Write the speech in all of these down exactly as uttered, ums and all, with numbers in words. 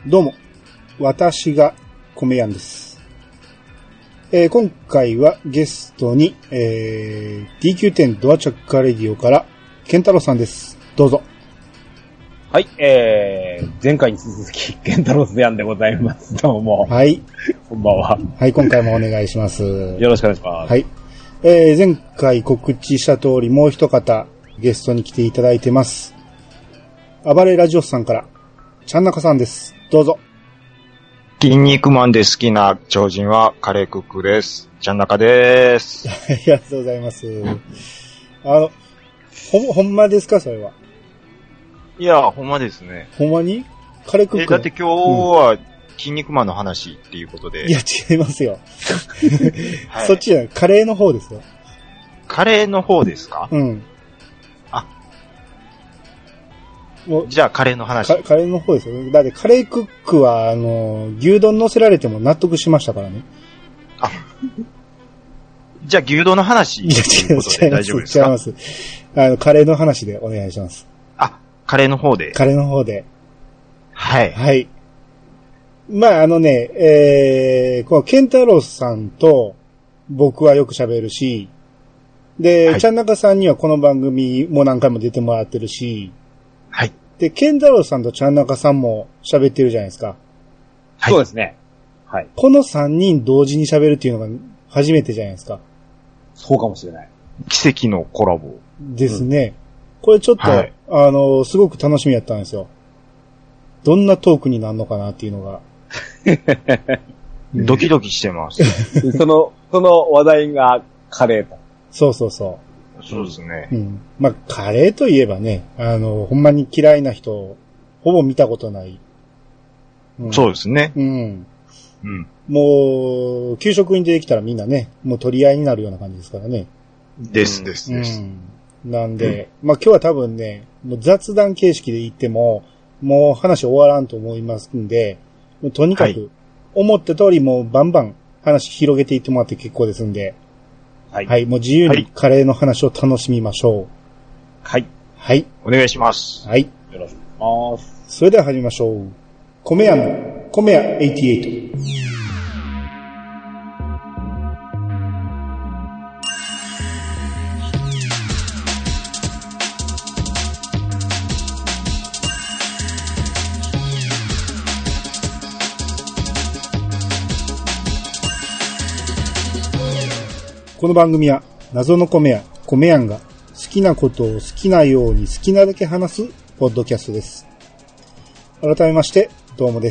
どうも、私が米やんです。えー、今回はゲストに、えー、ディーキューテン ドアチャッカーレディオからケンタロウさんです。どうぞ。 はい、えー、前回に続きケンタロウスヤンでございます。どうも。 はい。 こんばんは。 はい、今回もお願いします。よろしくお願いします。 はい。えー、前回告知した通りもう一方ゲストに来ていただいてます。暴れラジオスさんからちゃんなかさんです。どうぞ。 筋肉マンで好きな超人はカレークックです。ちゃんなかです。 ありがとうございます。あの、ほ、ほんまですかそれは。 いや、ほんまですね。 ほんまにカレークック。 え、だって今日は筋肉マンの話っていうことで。 いや、違いますよ。はい、そっちじゃない、カレーの方ですよ。 カレーの方ですか？ うん。 あ。もうじゃあカレーの話。 カレーの方ですよ。だってカレークックは、あの、牛丼乗せられても納得しましたからね。 あ。じゃあ牛丼の話ということで大丈夫ですか？ 違います。違います。あの、カレーの話でお願いします。 あ、カレーの方で。 カレーの方で。 はい。 はい。まあ、あのね、えー、このケンタロウさんと僕はよく喋るし、で、はい、ちゃんなかさんにはこの番組も何回も出てもらってるし、 はい。 で、ケンタロウさんとちゃんなかさんも喋ってるじゃないですか。 はい。そうですね。はい。 このさんにん同時に喋るっていうのが初めてじゃないですか。 そうかもしれない。 奇跡のコラボ。 ですね。うん、これちょっと、はい、あの、すごく楽しみやったんですよ。どんなトークになるのかなっていうのが。 ドキドキしてます。 その、その話題がカレーと。 そうそうそう。 そうですね。 うん。まあ、カレーといえばね、あの、ほんまに嫌いな人、ほぼ見たことない。 うん、そうですね。 うん。 うん。 もう、給食に出てきたらみんなね、もう取り合いになるような感じですからね。 ですですです。 うん。なんで、うん、まあ今日は多分ね、もう雑談形式で言っても、もう話終わらんと思いますんで、もうとにかく、思った通りもうバンバン話広げていってもらって結構ですんで、はい。はい。もう自由にカレーの話を楽しみましょう。 はい。 はい。 お願いします。 はい。 よろしくお願いします。 それでは始めましょう。米屋の、米屋はちじゅうはち。この番組は謎の米屋、米やんが好きなことを好きなように好きなだけ話すポッドキャストです。改めましてどうもです。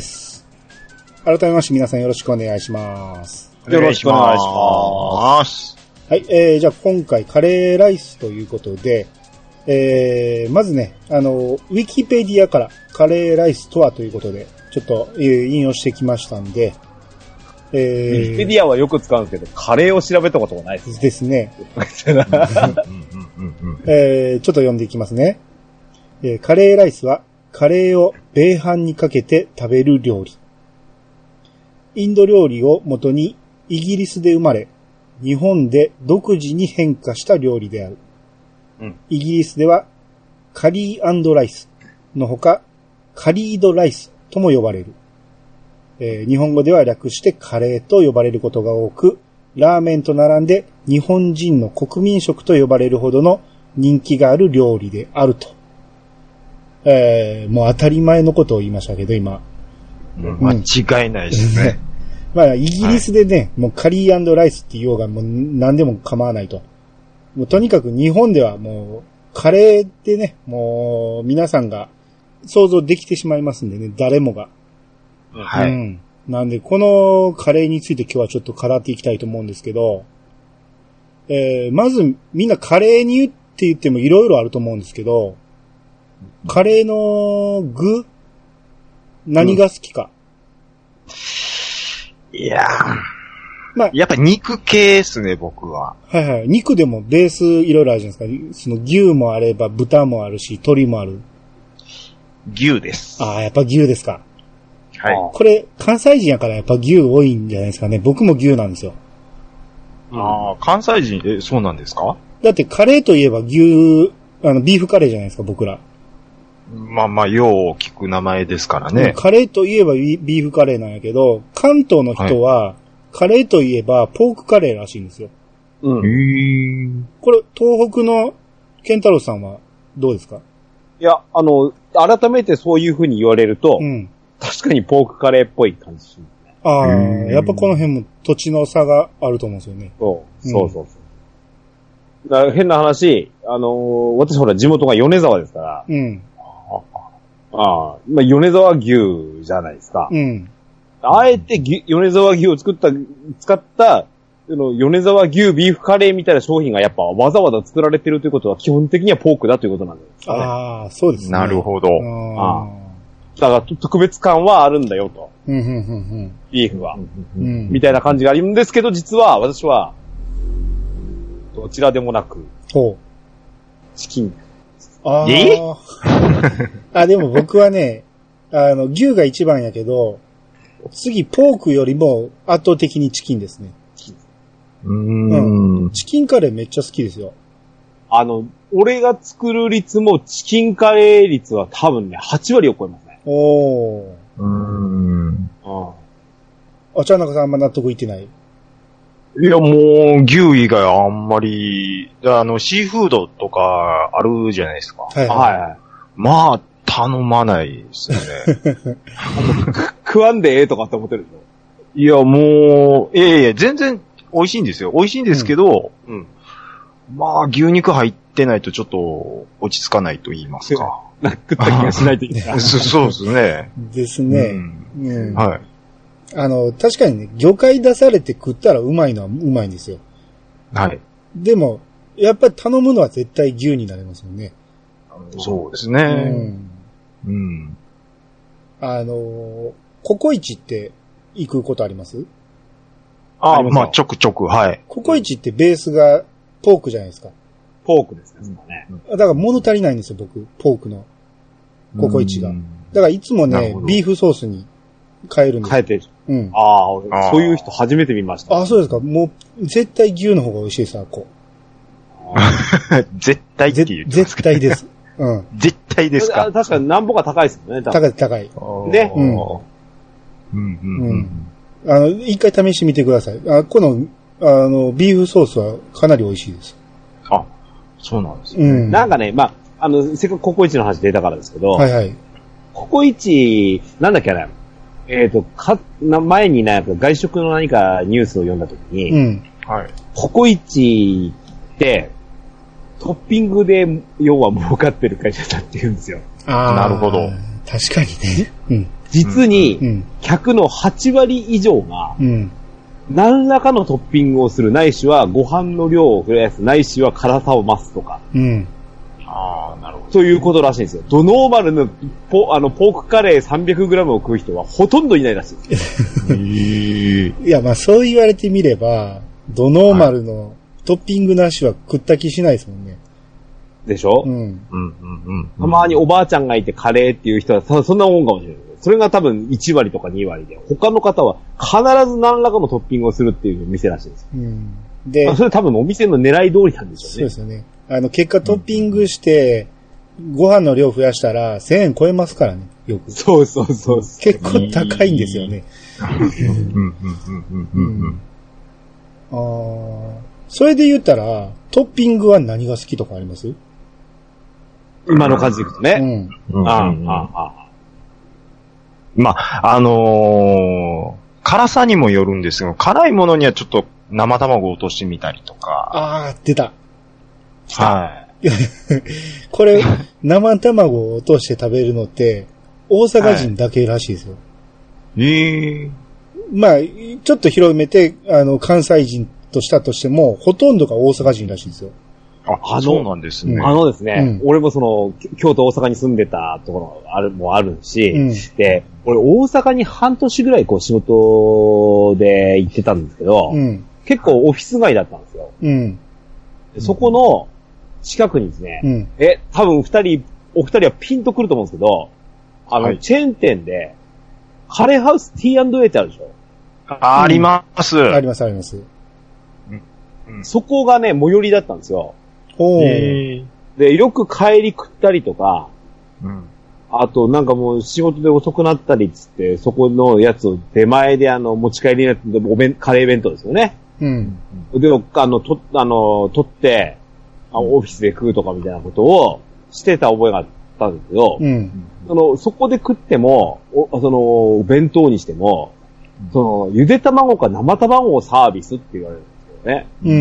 改めまして皆さんよろしくお願いします。 よろしくお願いします。 はい、えー、じゃあ今回カレーライスということで、えー、まずね、あのウィキペディアからカレーライスとはということでちょっと、えー、引用してきましたんで。 えー、ウィキペディアはよく使うんですけど、カレーを調べたことがないですね。 ですね。えー、ちょっと読んでいきますね、えー。カレーライスは、カレーを米飯にかけて食べる料理。インド料理を元にイギリスで生まれ、日本で独自に変化した料理である。うん、イギリスでは、カリー&ライスのほか、カリードライスとも呼ばれる。えー、日本語では略してカレーと呼ばれることが多く、ラーメンと並んで日本人の国民食と呼ばれるほどの人気がある料理であると。えー、もう当たり前のことを言いましたけど、今。 うん、間違いないですね。 まあ、イギリスでね、はい、もうカリー&ライスって言おうがもう何でも構わないと。もうとにかく日本ではもうカレーってね、もう皆さんが想像できてしまいますんでね、誰もが。 はい。うん。 なんで、このカレーについて今日はちょっと語っていきたいと思うんですけど、えー、まずみんなカレーに言って言ってもいろいろあると思うんですけど、カレーの具何が好きか。 うん、いやー。まあ、やっぱ肉系ですね、僕は。 はいはい。肉でもベースいろいろあるじゃないですか。その牛もあれば豚もあるし、鶏もある。 牛です。 ああ、やっぱ牛ですか。 はい。 これ、関西人やからやっぱ牛多いんじゃないですかね。僕も牛なんですよ。 ああ、関西人、え、そうなんですか？ だってカレーといえば牛、あの、ビーフカレーじゃないですか、僕ら。 まあまあ、よう聞く名前ですからね。 カレーといえばビーフカレーなんやけど、関東の人は、はい、カレーといえばポークカレーらしいんですよ。 うん。 へー。 これ、東北のケンタロウさんはどうですか？ いや、あの、改めてそういう風に言われると、うん、確かにポークカレーっぽい感じしますね。 ああ、やっぱこの辺も土地の差があると思うんですよね。 そう、そうそうそう。だから変な話、あのー、私ほら地元が米沢ですから、うん。ああ、まあ、米沢牛じゃないですか。うん。あえてぎ米沢牛を作った、使った、の米沢牛ビーフカレーみたいな商品がやっぱわざわざ作られてるということは基本的にはポークだということなんですかね。 ああ、そうですね。 なるほど。 ああ。だから特別感はあるんだよと。 うんうんうんうん、 ビーフは、うん。みたいな感じがあるんですけど、実は私は、どちらでもなく、 ほう。 チキン。 あえあ、でも僕はね、あの、牛が一番やけど、次、ポークよりも圧倒的にチキンですね。 うーん、 うん。チキンカレーめっちゃ好きですよ。 あの、俺が作る率もチキンカレー率は多分ね、はち割を超えますね。 おー。 うーん。 ああ、ちゃんなかさんあんま納得いってない？ いや、もう、牛以外あんまり、あの、シーフードとかあるじゃないですか。 はいはい。 はいはい、 まあ、頼まないですよね。 食わんでええとかって思ってるでしょ？ いや、もう、いやいや、全然美味しいんですよ。美味しいんですけど、うん。うん、まあ、牛肉入ってないとちょっと落ち着かないと言いますか。 食った気がしないといけない。 そうですね。 ですね。うん。うん、 はい。 あの、確かにね、魚介出されて食ったらうまいのはうまいんですよ。 はい。 でも、やっぱり頼むのは絶対牛になりますよね。 そうですね。うん。うん。 あの、ココイチって行くことあります？ ああ、まあ、ちょくちょく、はい。 ココイチってベースがポークじゃないですか。 ポークですね。 だから物足りないんですよ、僕、ポークの。ココイチが。だからいつもね、ビーフソースに変えるんですよ。 変えてる。 うん。 ああ、そういう人初めて見ました。 ああ、そうですか。もう、絶対牛の方が美味しいです、あこ絶対って言ってますか？ 絶対です。うん。 絶対ですか？ 確かに何歩か高いですよね、 高い、高い。 ね。 うん。うん、うん。あの、一回試してみてください。あ、この、あの、ビーフソースはかなり美味しいです。 あ、そうなんですね。 うん。 なんかね、まあ、あの、せっかくココイチの話出たからですけど、 はいはい。 ココイチ、なんだっけな、えっ、ー、と、か、な、前にね、外食の何かニュースを読んだときに、 うん。 はい。 ココイチって、トッピングで、要は儲かってる会社だって言うんですよ。 ああ。 なるほど。 確かにね。うん。 実に、客のはち割以上が、うん。何らかのトッピングをする、ないしはご飯の量を増やす、ないしは辛さを増すとか。 うん。 ああ、なるほど。ということらしいんですよ。ドノーマルのポ、あの、ポークカレー さんびゃくグラム を食う人はほとんどいないらしいです。 いや、まあそう言われてみれば、ドノーマルのトッピングなしは食った気しないですもんね。 でしょ？ うん。 うんうんうん。 たまにおばあちゃんがいてカレーっていう人はそんなもんかもしれない。それが多分いち割とかに割で、他の方は必ず何らかのトッピングをするっていう店らしいです。 うん。で、 それ多分お店の狙い通りなんでしょうね。 そうですよね。あの、結果トッピングして、ご飯の量増やしたらせんえん超えますからね、よく。 そうそうそう。 結構高いんですよね。ああ、それで言ったら、トッピングは何が好きとかあります？ 今の感じでいくとね。 うん。 ああ、ああ。 まあ、あのー、辛さにもよるんですが、辛いものにはちょっと生卵を落としてみたりとか。 ああ、出た。 来た。はい。 これ、生卵を落として食べるのって、大阪人だけらしいですよ。 はい、ええー。 まあ、ちょっと広めて、あの、関西人としたとしても、ほとんどが大阪人らしいですよ。 あ、あのそうなんですね。 あのですね、うん、俺もその、京都大阪に住んでたところある、もあるし、うん、で、俺大阪に半年ぐらいこう仕事で行ってたんですけど、うん、結構オフィス街だったんですよ。 うん、 そこの近くにですね、うん、え、多分二人、お二人はピンとくると思うんですけど、あの、はい、チェーン店で、カレーハウス ティーアンドエー ってあるでしょ？ あ、あります。 あります、あります。 うん、そこがね、最寄りだったんですよ。 おー。 で、よく帰り食ったりとか、 うん、 あと、なんかもう仕事で遅くなったりっつって、そこのやつを出前であの、持ち帰りになって、お弁、カレー弁当ですよね。 うん。 で、あの、と、あの、取って、あオフィスで食うとかみたいなことをしてた覚えがあったんですけど、うん。その、そこで食っても、おその、弁当にしても、その、ゆで卵か生卵をサービスって言われるんですよね。うん。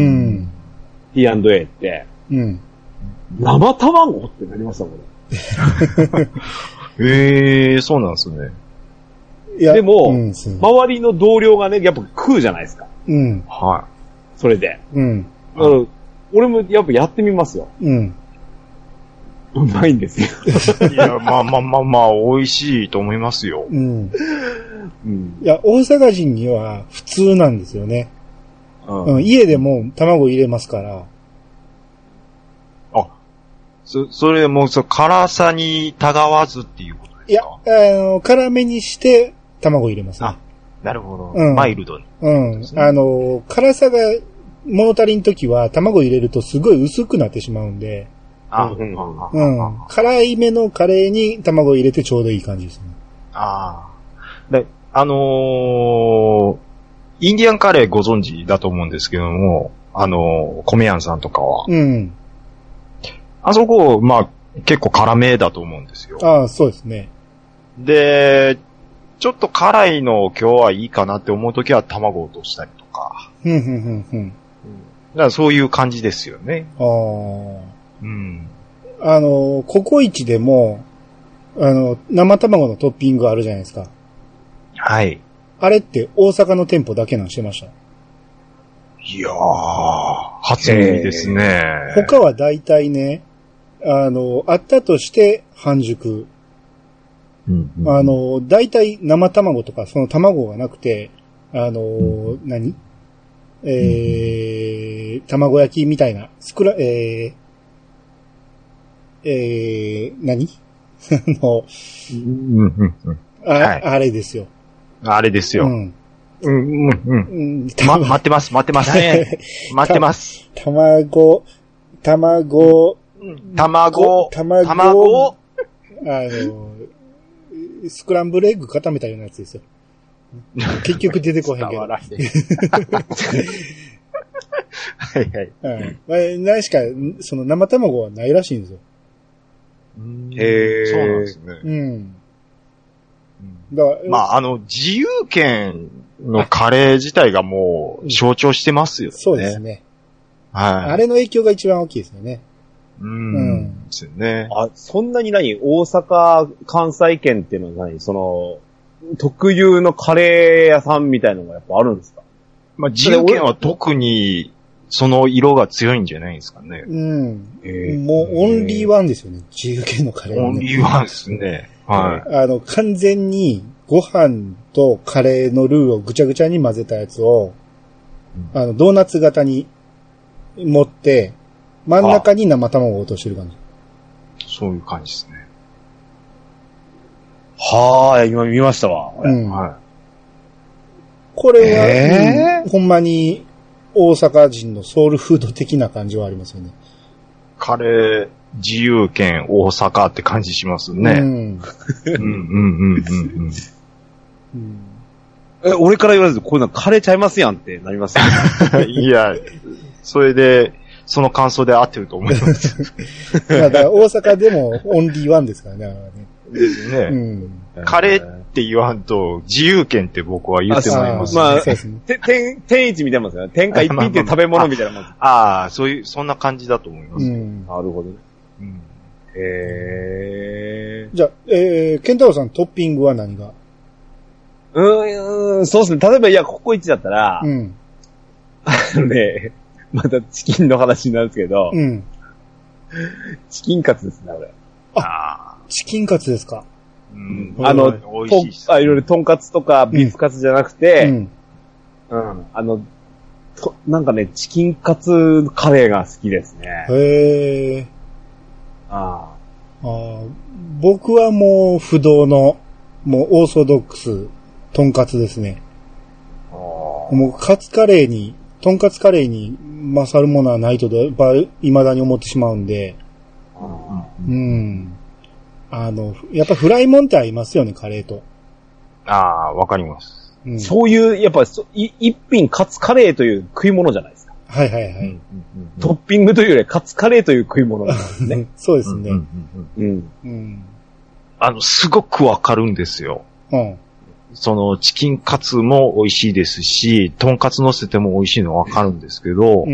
ティーアンドエー って。うん。生卵ってなりましたもんね。 ええー、そうなんですね。 いやでも、うん、周りの同僚がね、やっぱ食うじゃないですか。うん。はい。それで。うん。だから俺もやっぱやってみますよ。うん。うまいんですよ。 いや、まあまあまあまあ、美味しいと思いますよ。うん。 うん、いや、大阪人には普通なんですよね。うんうん、家でも卵入れますから。 あ、そ、それもう、そ、辛さにたがわずっていうことですか？ いや、あの、辛めにして卵入れますね。あ、 なるほど。うん、マイルドに。 うん。あの、辛さが物足りんときは卵入れるとすごい薄くなってしまうんで。あ、うん、うん。辛いめのカレーに卵入れてちょうどいい感じですね。 ああ。で、あのー、インディアンカレーご存知だと思うんですけども、あのー、米屋さんとかは。うん。あそこ、まあ、結構辛めだと思うんですよ。 ああ、そうですね。 で、ちょっと辛いの今日はいいかなって思うときは卵を落としたりとか。ふんふんふんふん。だからそういう感じですよね。ああ。 うん。あの、ココイチでも、あの、生卵のトッピングあるじゃないですか。 はい。 あれって大阪の店舗だけなんしてました。 いやー、初耳ですね。 他は大体ね、あの、あったとして半熟。うんうん、あの、大体生卵とかその卵がなくて、あの、うん、何えー、うん、卵焼きみたいな、スクラ、えー、えー、何あの、うんうんうん、あ、はい、あれですよ。 あれですよ。うん。うん、うん、うん。ま、待ってます、待ってます。待ってます。 卵、卵、 卵、 卵、卵、あの、スクランブルエッグ固めたようなやつですよ。結局出てこへんけど。はいはい。はい。何しか、その生卵はないらしいんですよ。 へー。そうなんですね。うん。だからまあ、あの、自由権のカレー自体がもう象徴してますよね。 そうですね。はい。あれの影響が一番大きいですよね。 うん。うん。ですよね。 あ、そんなに何大阪、関西圏っていうのは何その、特有のカレー屋さんみたいなのがやっぱあるんですか？ まあ、自由権は特に、その色が強いんじゃないですかね。 うん。えー、もう、オンリーワンですよね。自由権のカレーは、 ね。オンリーワンですね。はい。 あの、完全に、ご飯とカレーのルーをぐちゃぐちゃに混ぜたやつを、うん、あの、ドーナツ型に持って、真ん中に生卵を落としてる感じ。そういう感じですね。 はあ、今見ましたわ。うん、はい。 これは、えーうん、ほんまに大阪人のソウルフード的な感じはありますよね。 カレー、自由圏大阪って感じしますね。うん。うんうんうんうんうん。 うん、え、俺から言われるとこういうのカレーちゃいますやんってなりますね。いや、それで、その感想で合ってると思います。 だから大阪でもオンリーワンですからね。 ですね。うん、カレーって言わんと、自由権って僕は言ってもらいます、ね。まあ、 そうですね。天、天一みたいなもんですよね。天下一品って食べ物みたいなもんです。 ああ、そういう、そんな感じだと思います。うん、 なるほどね。うん、へー。じゃあ、えー、ケンタロウさんトッピングは何が？ うーん、そうですね。例えば、いや、ココイチだったら、うん。あのね、またチキンの話になるんですけど、うん。チキンカツですね、俺。 あ、チキンカツですか。 うん。あの、とあ、いろいろトンカツとかビーフカツじゃなくて、うん。うん、あの、と、なんかね、チキンカツカレーが好きですね。 へー。 ああ。ああ、僕はもう不動の、もうオーソドックス、トンカツですね。ああ。もうカツカレーに、トンカツカレーに勝るものはないと、やっぱ未だに思ってしまうんで。うん。うん、 あの、やっぱフライもんって合いますよね、カレーと。 ああ、わかります。 うん、そういう、やっぱい、一品カツカレーという食い物じゃないですか。 はいはいはい。うんうんうん、 トッピングというよりカツカレーという食い物なんですね。 そうですね。 うんうん、あの、すごくわかるんですよ。うん。その、チキンカツも美味しいですし、トンカツ乗せても美味しいのわかるんですけど、うん、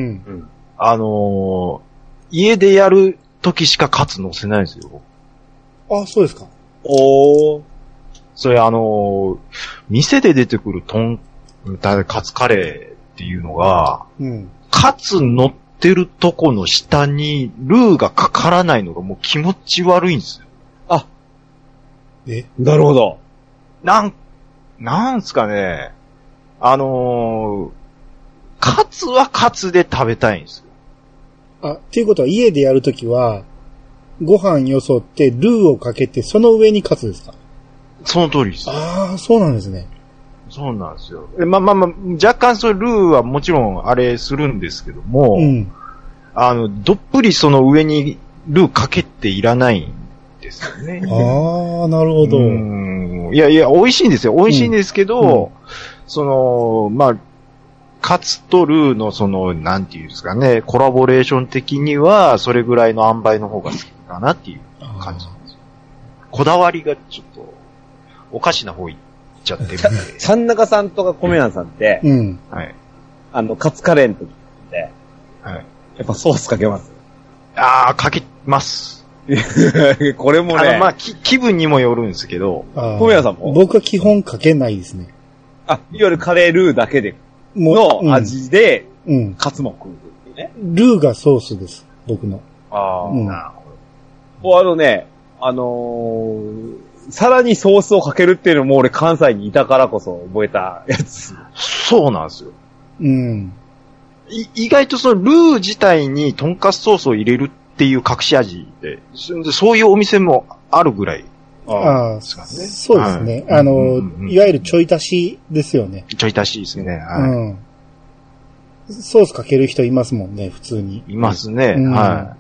あのー、家でやる時しかカツ乗せないんですよ。 あ、そうですか。 おー。それあのー、店で出てくるトン、カツカレーっていうのが、うん、カツ乗ってるとこの下にルーがかからないのがもう気持ち悪いんですよ。 あ。え？なるほど。 なん、なんすかね。あのー、カツはカツで食べたいんですよ。あ、っていうことは家でやるときは、ご飯よそってルーをかけてその上にカツですか？ その通りです。 ああ、そうなんですね。 そうなんですよ。えまあまあまあ、若干そういうルーはもちろんあれするんですけども、うん、あの、どっぷりその上にルーかけていらないんですよね。 ああ、なるほど。 うん。いやいや、美味しいんですよ。美味しいんですけど、うんうん、その、まあ、カツとルーのその、なんていうんですかね、コラボレーション的には、それぐらいの塩梅の方が好きかなっていう感じなんですよ。こだわりがちょっと、おかしな方行っちゃってるんで。 ちゃんなかさんとか米やんさんって、うん。はい。あの、カツカレーの時って、はい。やっぱソースかけます？ ああ、かけます。 これもね。 あの、まあ、き、気分にもよるんですけど。 米やんさんも？ 僕は基本かけないですね。 あ、いわゆるカレールーだけで、の味で、うん。カツも食うっていうね。 ルーがソースです。僕の。 ああ、うん、なるほど。あのね、あのー、さらにソースをかけるっていうのも俺関西にいたからこそ覚えたやつ。 そうなんですよ。 うん。 い意外とそのルー自体にトンカツソースを入れるっていう隠し味で、そういうお店もあるぐらい。 ああ、そうですね。はい、あの、うんうんうん、いわゆるちょい足しですよね。 ちょい足しですね。はい。うん。 ソースかける人いますもんね、普通に。 いますね。うん、はい。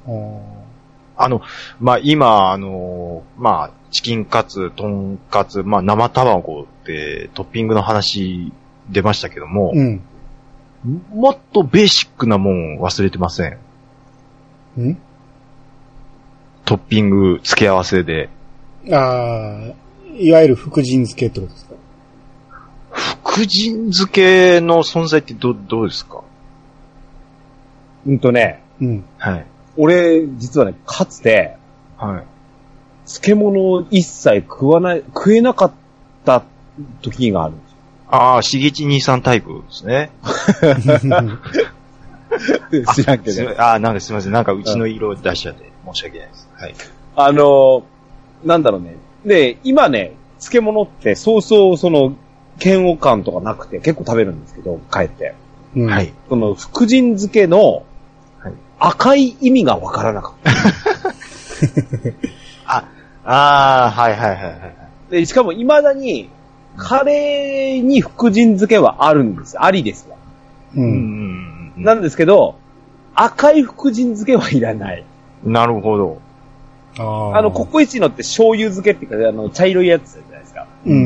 うん、あの、まあ、今、あの、まあ、チキンカツ、トンカツ、まあ、生卵ってトッピングの話出ましたけども、うん、もっとベーシックなもん忘れてません？ん？トッピング付け合わせで。 ああ、いわゆる福神漬けってことですか？ 福神漬けの存在ってど、どうですか？ うんとね。 うん。 はい。俺、実はね、かつて、はい。漬物を一切食わない、食えなかった時があるんですよ。 ああ、しげち兄さんタイプですね。 知らんけど。 ああ、なんかすみません。なんかうちの色を出しちゃって申し訳ないです。はい。 あのー、なんだろうね。で、今ね、漬物ってそうそうその、嫌悪感とかなくて結構食べるんですけど、帰って。 うん、はい。 その、福神漬けの、赤い意味がわからなかった。 あ、ああ、はいはいはいはい。 で、しかも未だに、カレーに福神漬けはあるんです。ありですわ。 うん。 なんですけど、赤い福神漬けはいらない。 なるほど。 ああの、ココイチのって醤油漬けっていうか、あの、茶色いやつじゃないですか。 うん。うん、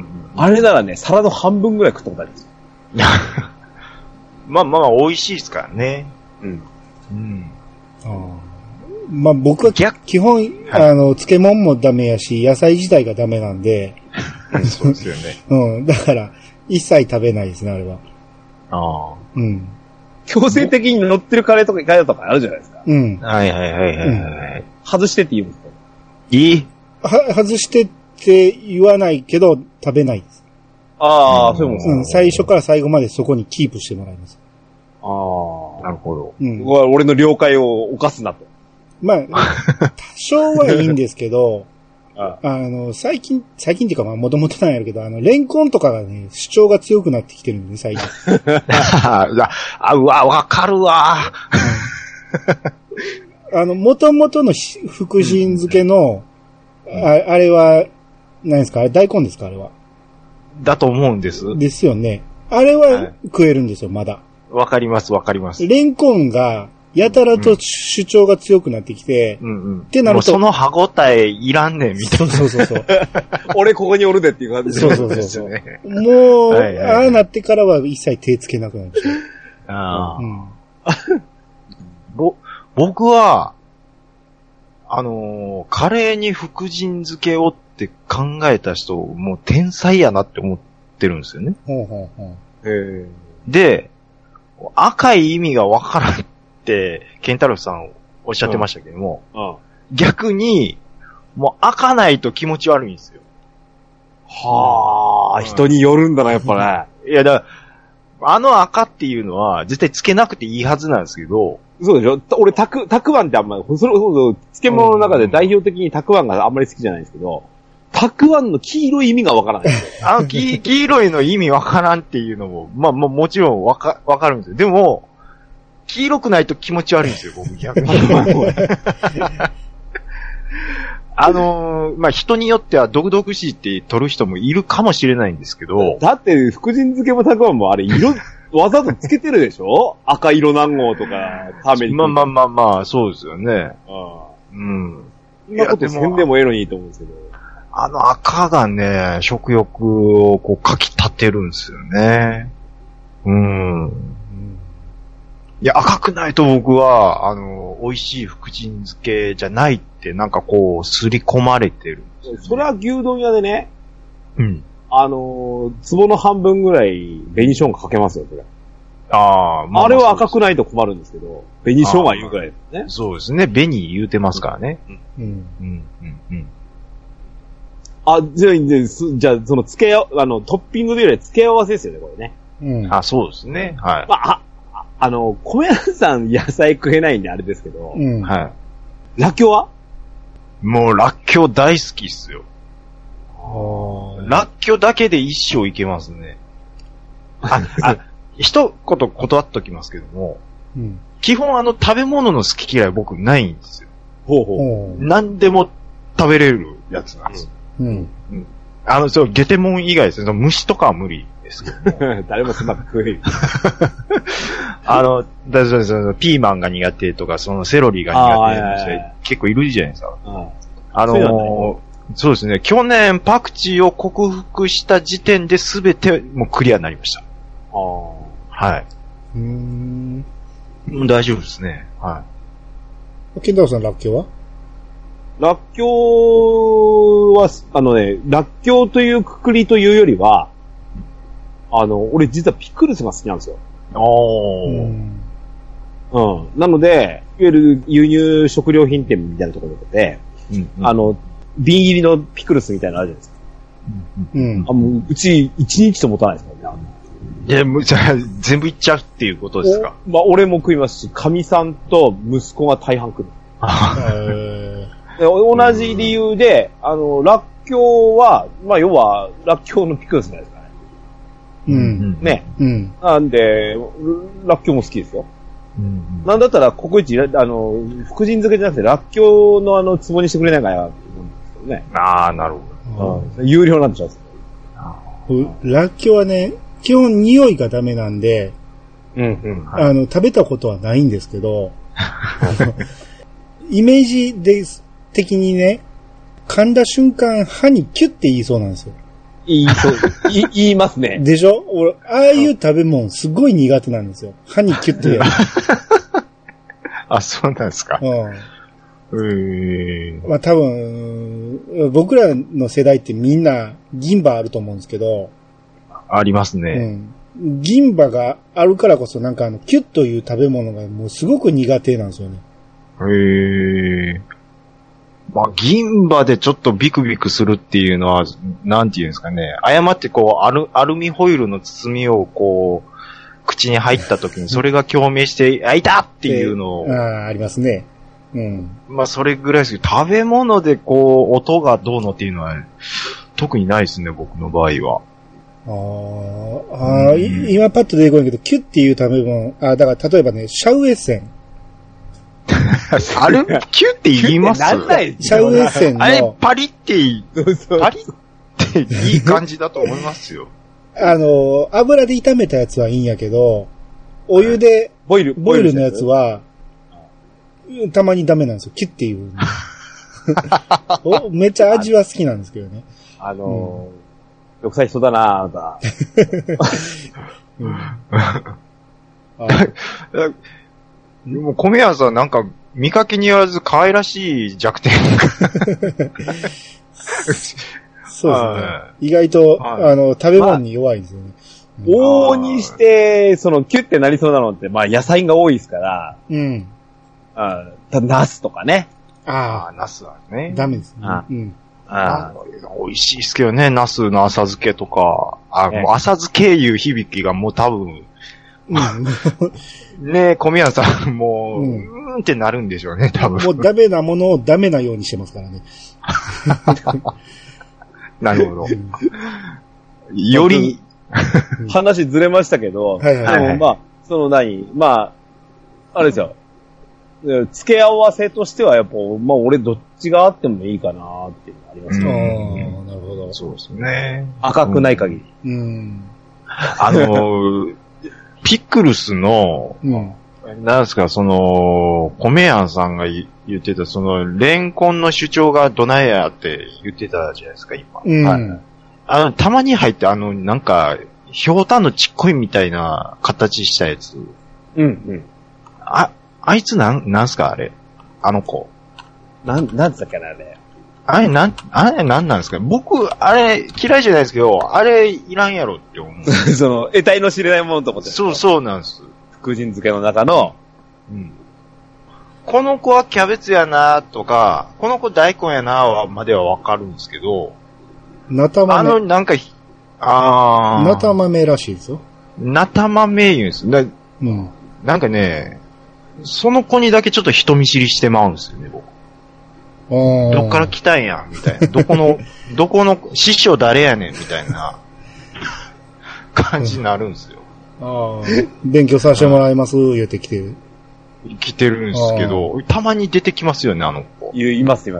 あれならね、皿の半分ぐらい食ったことあるんですよ。 まあまあ、美味しいですからね。 うん。 うん。 あまあ僕は基本、はい、あの、漬物もダメやし、野菜自体がダメなんで。 そうですよね。 うん。だから、一切食べないですね、あれは。 ああ。 うん。 強制的に乗ってるカレーとかイカレーとかあるじゃないですか。 うん。 はいはいはいはい、はいうん。 外してって言うんですか？ いいは、外してって言わないけど、食べないです。 ああ、うん、そういうもんですうん。最初から最後までそこにキープしてもらいます。 ああ。なるほど。 うん。 俺の了解を犯すなと。 まあ、多少はいいんですけど、あ, あの、最近、最近っていうかまあもともとなんやるけど、あの、レンコンとかがね、主張が強くなってきてるんで、ね、最近。 あ、うわ、わかるわ。 あの、もともとの福神漬けの、うん、あ, あれは、何ですかあれ大根ですかあれは。 だと思うんです。 ですよね。あれは食えるんですよ、まだ。 わかります、わかります。 レンコンがやたらと主張が強くなってきて、 うんうん。 ってなると。 もうその歯応えいらんねん、みたいな。 そうそうそう。 俺ここにおるでっていう感じそうそうそうそう。ね、もう、はいはいはい、ああなってからは一切手つけなくなるでしょ。ああ。うん、 ぼ、僕は、あのー、カレーに福神漬けをって考えた人、もう天才やなって思ってるんですよね。ほうほうほう。へで、赤い意味がわからんって、ケンタロウさんおっしゃってましたけども、うんうん、逆に、もう赤ないと気持ち悪いんですよ。 はあ、うん、人によるんだな、やっぱね。いや、だあの赤っていうのは絶対つけなくていいはずなんですけど、 そうでしょ俺、たく、たくあんってあんまり、それこそ、漬物の中で代表的にたくあんがあんまり好きじゃないんですけど、たくあんの黄色い意味がわからないんですよ。 あの黄、黄色いの意味わからんっていうのも、まあ、まあ、もちろんわか、わかるんですよ。でも、黄色くないと気持ち悪いんですよ、僕逆に。あのー、まあ、人によっては毒々しいって取る人もいるかもしれないんですけど。 だって、福神漬けもたくあんもあれ、色、わざとつけてるでしょ赤色南郷とか、ターメリック。 まあまあまあまあ、そうですよね。うん。 そんなことせんでもええのにいいと思うんですけど。 あの赤がね、食欲をこう、かき立てるんですよね。うん。うん、いや、赤くないと僕は、あの、美味しい福神漬けじゃないって、なんかこう、すり込まれてるんですよね。 それは牛丼屋でね。 うん。 あのー、壺の半分ぐらい、紅生姜かけますよ、それ。 ああ、 まあ、あれは赤くないと困るんですけど、紅生姜言うぐらいですね。 そうですね。紅言うてますからね。うん。うん。うん。うん。 あ、じゃあ、じゃあ、その付け合わ、あの、トッピングというより付け合わせですよね、これね。 うん。あ、そうですね。はい。 まあ、あ、あの、米屋さん野菜食えないんであれですけど、 うん。はい。 らっきょうはもう、らっきょう大好きっすよ。らっきょうだけで一生いけますね。あ、あ、一言断っときますけども、うん、基本あの食べ物の好き嫌い僕ないんですよ。 ほうほう。何でも食べれるやつなんです。うん。うん。あの、そう、ゲテモン以外ですね。虫とかは無理ですけど。 誰もそんな食える。 あの、だそのピーマンが苦手とか、そのセロリが苦手な人結構いるじゃないですか。あ, あのー、そうですね。去年パクチーを克服した時点で全てもうクリアになりました。ああ。はい。うーん。大丈夫ですね。はい。 ケンタロウさん、らっきょうはらっきょうは、あのね、らっきょうというくくりというよりは、あの、俺実はピクルスが好きなんですよ。ああ。うん。うん。なので、いわゆる輸入食料品店みたいなところで、うんうん、あの、瓶入りのピクルスみたいなのあるじゃないですか。うん。あ、もう、うち一日と持たないですからね。 いや、もう、じゃあ、全部いっちゃうっていうことですか？ まあ、俺も食いますし、神さんと息子が大半食う。へー。同じ理由で、あの、らっきょうは、まあ、要は、らっきょうのピクルスなんですかね。うん。ね。うん。なんで、らっきょうも好きですよ。うん。なんだったら、ココイチ、あの、福神漬けじゃなくて、らっきょうのあの、壺にしてくれないかな。ね、 ああ、なるほど。うん、有料なんでしょう。らっきょうはね、基本匂いがダメなんで、うんうんはい、あの、食べたことはないんですけど、イメージで的にね、噛んだ瞬間歯にキュッて言いそうなんですよ。 言いそう、い言いますね。 でしょ俺、ああいう食べ物すごい苦手なんですよ。歯にキュッてやる。 あ、そうなんですか。うんえー、まあ多分、僕らの世代ってみんな銀歯あると思うんですけど。 ありますね。 うん。銀歯があるからこそなんかあの、キュッという食べ物がもうすごく苦手なんですよね。 へえ。まあ銀歯でちょっとビクビクするっていうのは、なんていうんですかね。誤ってこう、アル、アルミホイルの包みをこう、口に入った時にそれが共鳴して、あ、いたっていうのを。 ああ、ありますね。うん。 まあ、それぐらいですけど、食べ物でこう、音がどうのっていうのは、特にないですね、僕の場合は。 ああ、うん、今パッと出てこないけど、キュッっていう食べ物、あだから例えばね、シャウエッセン。 あれキュッって言いますなんないシャウエッセンの。 あれ、パリっていい、パリっていい感じだと思いますよ。 あの、油で炒めたやつはいいんやけど、お湯で、 ボイル、 ボイルのやつは、 たまにダメなんですよ。キュッていう。おめっちゃ味は好きなんですけどね。 あのー、よくさい人だなぁ、あなた。 うん、あでも、米屋さんなんか、見かけによらず可愛らしい弱点そうですね。意外と、あの、食べ物に弱いですよね。 往々にして、その、キュッてなりそうなのって、まあ、野菜が多いですから、 うん。 あたナスとかね。 ああ、ナスはね。 ダメですね。 あうん。あ美味しいですけどね、ナスの浅漬けとか。あ、ね、もう浅漬けいう響きがもう多分、うん、ねえ、小宮さん、もう、うん、うーんってなるんでしょうね、多分。 もうダメなものをダメなようにしてますからね。 なるほど。より、 話ずれましたけど、はいはいはい、でもまあ、その何、まあ、あれですよ。付け合わせとしてはやっぱ、まあ俺どっちがあってもいいかなっていうのがありますね。 ああ、なるほど。 そうですね。 赤くない限り。 うん。 あの、ピクルスの、うん、なんですか、その、米屋さんが言ってた、その、レンコンの主張がどないやって言ってたじゃないですか、今。 うん。はい。 あの、たまに入って、あの、なんか、ひょうたんのちっこいみたいな形したやつ。 うん、うん。 あ、あいつなん、なんすかあれあの子。 なん、なんつったっけな、あれ。 あれ、なん、あれ、なんなんですか僕、あれ、嫌いじゃないですけど、あれ、いらんやろって思う。 その、得体の知れないものと思って。 そう、そうなんです。 福神漬けの中の、 うん。この子はキャベツやなとか、この子大根やなまではわかるんですけど、 なた豆。 あの、なんか、あー。 なた豆らしいですよ。 なた豆言うんです。だうん。なんかね、その子にだけちょっと人見知りしてまうんですよね、僕。どっから来たんや、みたいな。どこの、どこの、師匠誰やねん、みたいな感じになるんですよ。 ああ。勉強させてもらいます、言ってきてる。 来てるんですけど、たまに出てきますよね、あの子。 います、います。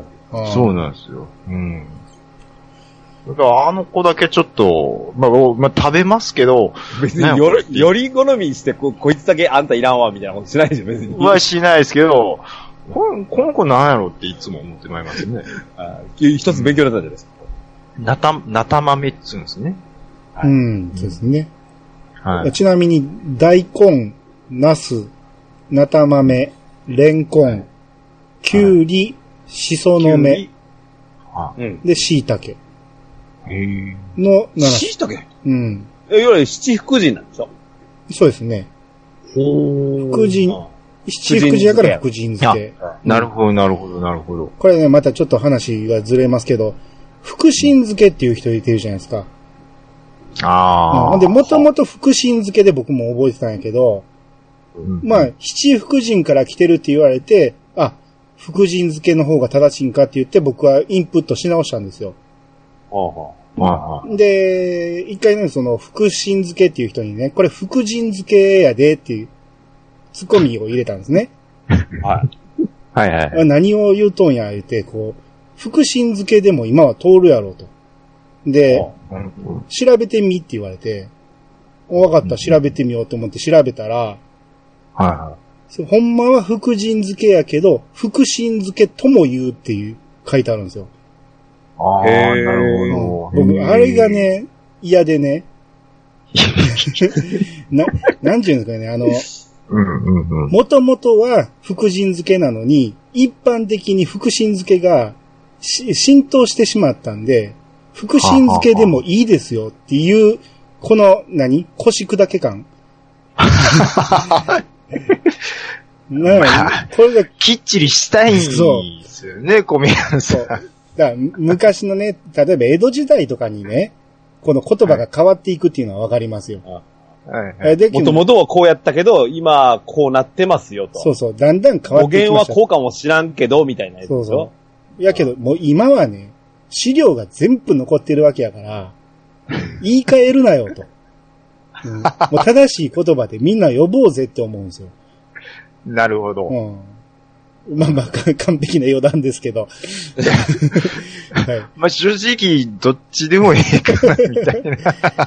そうなんですよ。うん。だからあの子だけちょっと、まあ、まあ、食べますけど、 別により、より好みしてこ、こいつだけあんたいらんわ、みたいなことしないでしょ、別に。 はしないですけど、この、この子なんやろっていつも思ってまいりますね。 あ一つ勉強だったじゃないですか。 なた、なた豆って言うんですね。 はい、うん、そうですね。 はい。 ちなみに、大根、ナス、なた豆、レンコン、きゅうり、しその芽、で、椎茸。 への、 椎茸うん。 え、いわゆる七福神なんでしょ？ そうですね。 ほー。 福神、七福神やから福神漬け。 なるほど、なるほど、なるほど。 これね、またちょっと話がずれますけど、福神漬けっていう人いてるじゃないですか。 ああ。 ほんで、もともと福神漬けで僕も覚えてたんやけど、うん、まあ、七福神から来てるって言われて、あ、福神漬けの方が正しいんかって言って僕はインプットし直したんですよ。で、一回ね、その、福神漬けっていう人にね、これ福神漬けやでっていうツッコミを入れたんですね。 はい。はいはい。 何を言うとんや、言って、こう、福神漬けでも今は通るやろうと。で、調べてみって言われて、わかった、調べてみようと思って調べたら、はいはい。 ほんまは福神漬けやけど、福神漬けとも言うっていう書いてあるんですよ。 ああ、なるほど。僕、あれがね、嫌でね。な、なんていうんですかね、あの、もともとは福神漬けなのに、一般的に福神漬けが浸透してしまったんで、福神漬けでもいいですよっていう、この、何腰砕け感なあ、これがきっちりしたいんですよね、小宮さん。 そうだから昔のね、例えば江戸時代とかにね、この言葉が変わっていくっていうのはわかりますよ。 はいはい、もともとはこうやったけど、今こうなってますよと。 そうそう、だんだん変わっていきました。 語源はこうかもしらんけど、みたいなやつでしょ。そうそう。 やけど、もう今はね、資料が全部残ってるわけやから、言い換えるなよと。うん、もう正しい言葉でみんな呼ぼうぜって思うんですよ。 なるほど。 うんまあまあ、完璧な余談ですけど。はい、 まあ正直、どっちでもいいかな、みたいな。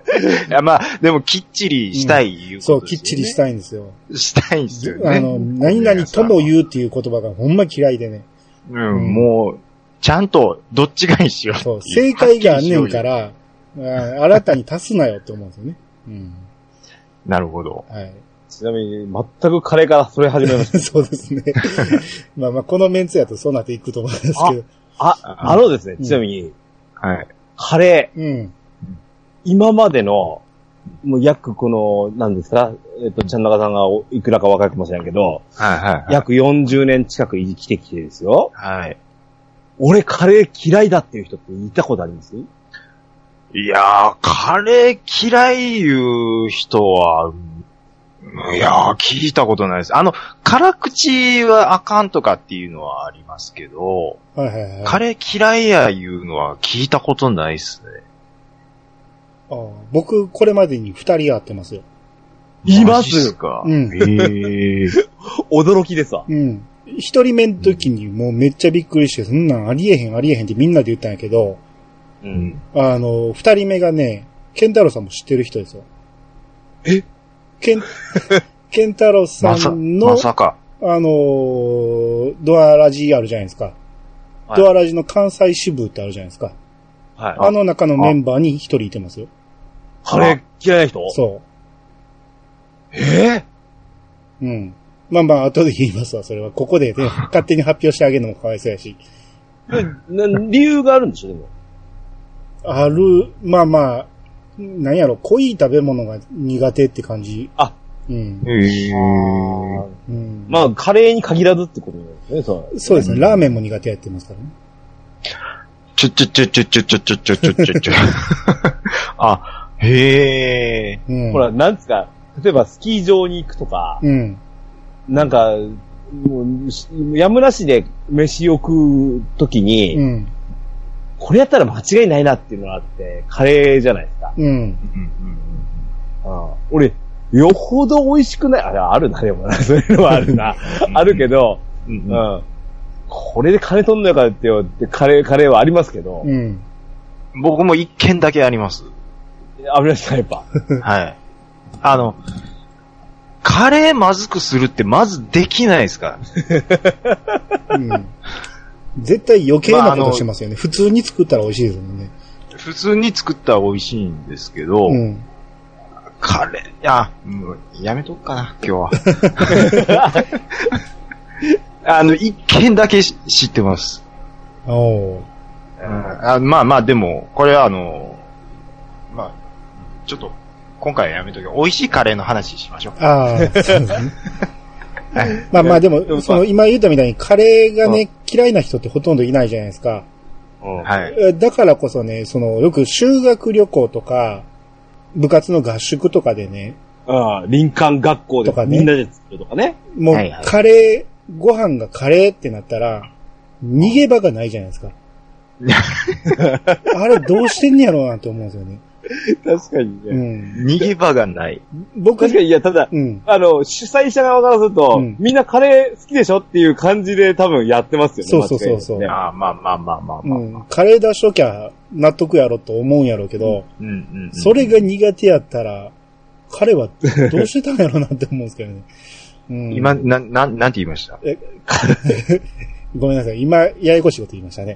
いや、まあ、でもきっちりしたいいうことですよね、うん。そう、 きっちりしたいんですよ。 したいんですよね。 あの、何々とも言うっていう言葉がほんま嫌いでね。 うん、うん、もう、ちゃんとどっちがいいしよう。 そう、正解があんねんから、新たに足すなよって思うんですよね。うん。 なるほど。 はい。ちなみに、全くカレーからそれ始めました。 そうですね。まあまあ、このメンツやとそうなっていくと思うんですけど。 あ、あ、あのですね、ちなみに、 うん、はい。 カレー。 うん。 今までの、もう約この、何ですか、えっと、ちゃんなかさんがいくらか若いかもしれんけど、 はいはい、はい。 約よんじゅうねん近く生きてきてですよ。 はい。 俺カレー嫌いだっていう人って言ったことあります？ いやー、カレー嫌いいう人は、いやー、聞いたことないです。あの、辛口はあかんとかっていうのはありますけど、 はいはいはい、 カレー嫌いやいうのは聞いたことないですね。 ああ、僕、これまでに二人会ってますよ。 いますか。 うん。 へー。 驚きですわ。 うん。一人目の時にもうめっちゃびっくりして、そんなんありえへんありえへんってみんなで言ったんやけど、 うん。 あの、二人目がね、ケンタロウさんも知ってる人ですよ。 えケン、ケンタロウさんの、 まさ、まさか。 あのー、ドアラジあるじゃないですか。はい、ドアラジの関西支部ってあるじゃないですか。 はい。 あの中のメンバーに一人いてますよ。 カレー嫌いな人？ そう。 えぇ、ー、うん。まあまあ、後で言いますわ、それは。ここでね、勝手に発表してあげるのもかわいそうやし。 な、理由があるんでしょ、でも。 ある、まあまあ、なんやろ、濃い食べ物が苦手って感じ。 あ、 うん。 へー。 うん。 まあ、カレーに限らずってことですね、そう。 そうですね、ラーメンも苦手やってますからね。 ちょちょちょちょちょちょちょちょちょちょちょ。あ、へー。 うん。 ほら、なんつか、例えばスキー場に行くとか、 うん。 なんか、もう、やむなしで飯を食うときに、うん、これやったら間違いないなっていうのがあって、カレーじゃないですか。 うん。うんああ俺、よほど美味しくない、あれ、あるな、でもな、そういうのはあるな。あるけど、うん、うん、これで金取んのかってよって、カレー、カレーはありますけど、 うん、 僕も一軒だけあります。 ありました、やっぱ。 はい。あの、カレーまずくするってまずできないですから。 うん、絶対余計なことしてますよね、まあ。普通に作ったら美味しいですもんね。 普通に作ったら美味しいんですけど、うん、カレー、いや、もうやめとくかな、今日は。あの、一軒だけ知ってます。 おー。 うん、あまあまあ、でも、これはあの、まあ、ちょっと、今回はやめとけ。美味しいカレーの話しましょう。 ああ、そうですね。まあまあでも、その今言ったみたいにカレーがね、嫌いな人ってほとんどいないじゃないですか。 はい。 だからこそね、その、よく修学旅行とか、部活の合宿とかでね。 ああ、林間学校でとかね。みんなで作るとかね。 もう、はいはい、カレー、ご飯がカレーってなったら、逃げ場がないじゃないですか。あれどうしてんねやろうなって思うんですよね。 確かにね。 うん。逃げ場がない。 僕確かに、いや、ただ、うん、あの、主催者側からすると、うん、みんなカレー好きでしょっていう感じで多分やってますよね。 そうそうそうそう。 ね、ああ、まあまあまあまあまあ、 うん。カレー出しときゃ納得やろと思うんやろうけど、 うんうんうんうん、 それが苦手やったら、彼はどうしてたんやろうなって思うんですけどね。 うん、今、な、な、なんて言いました？えごめんなさい。今、ややこしいこと言いましたね。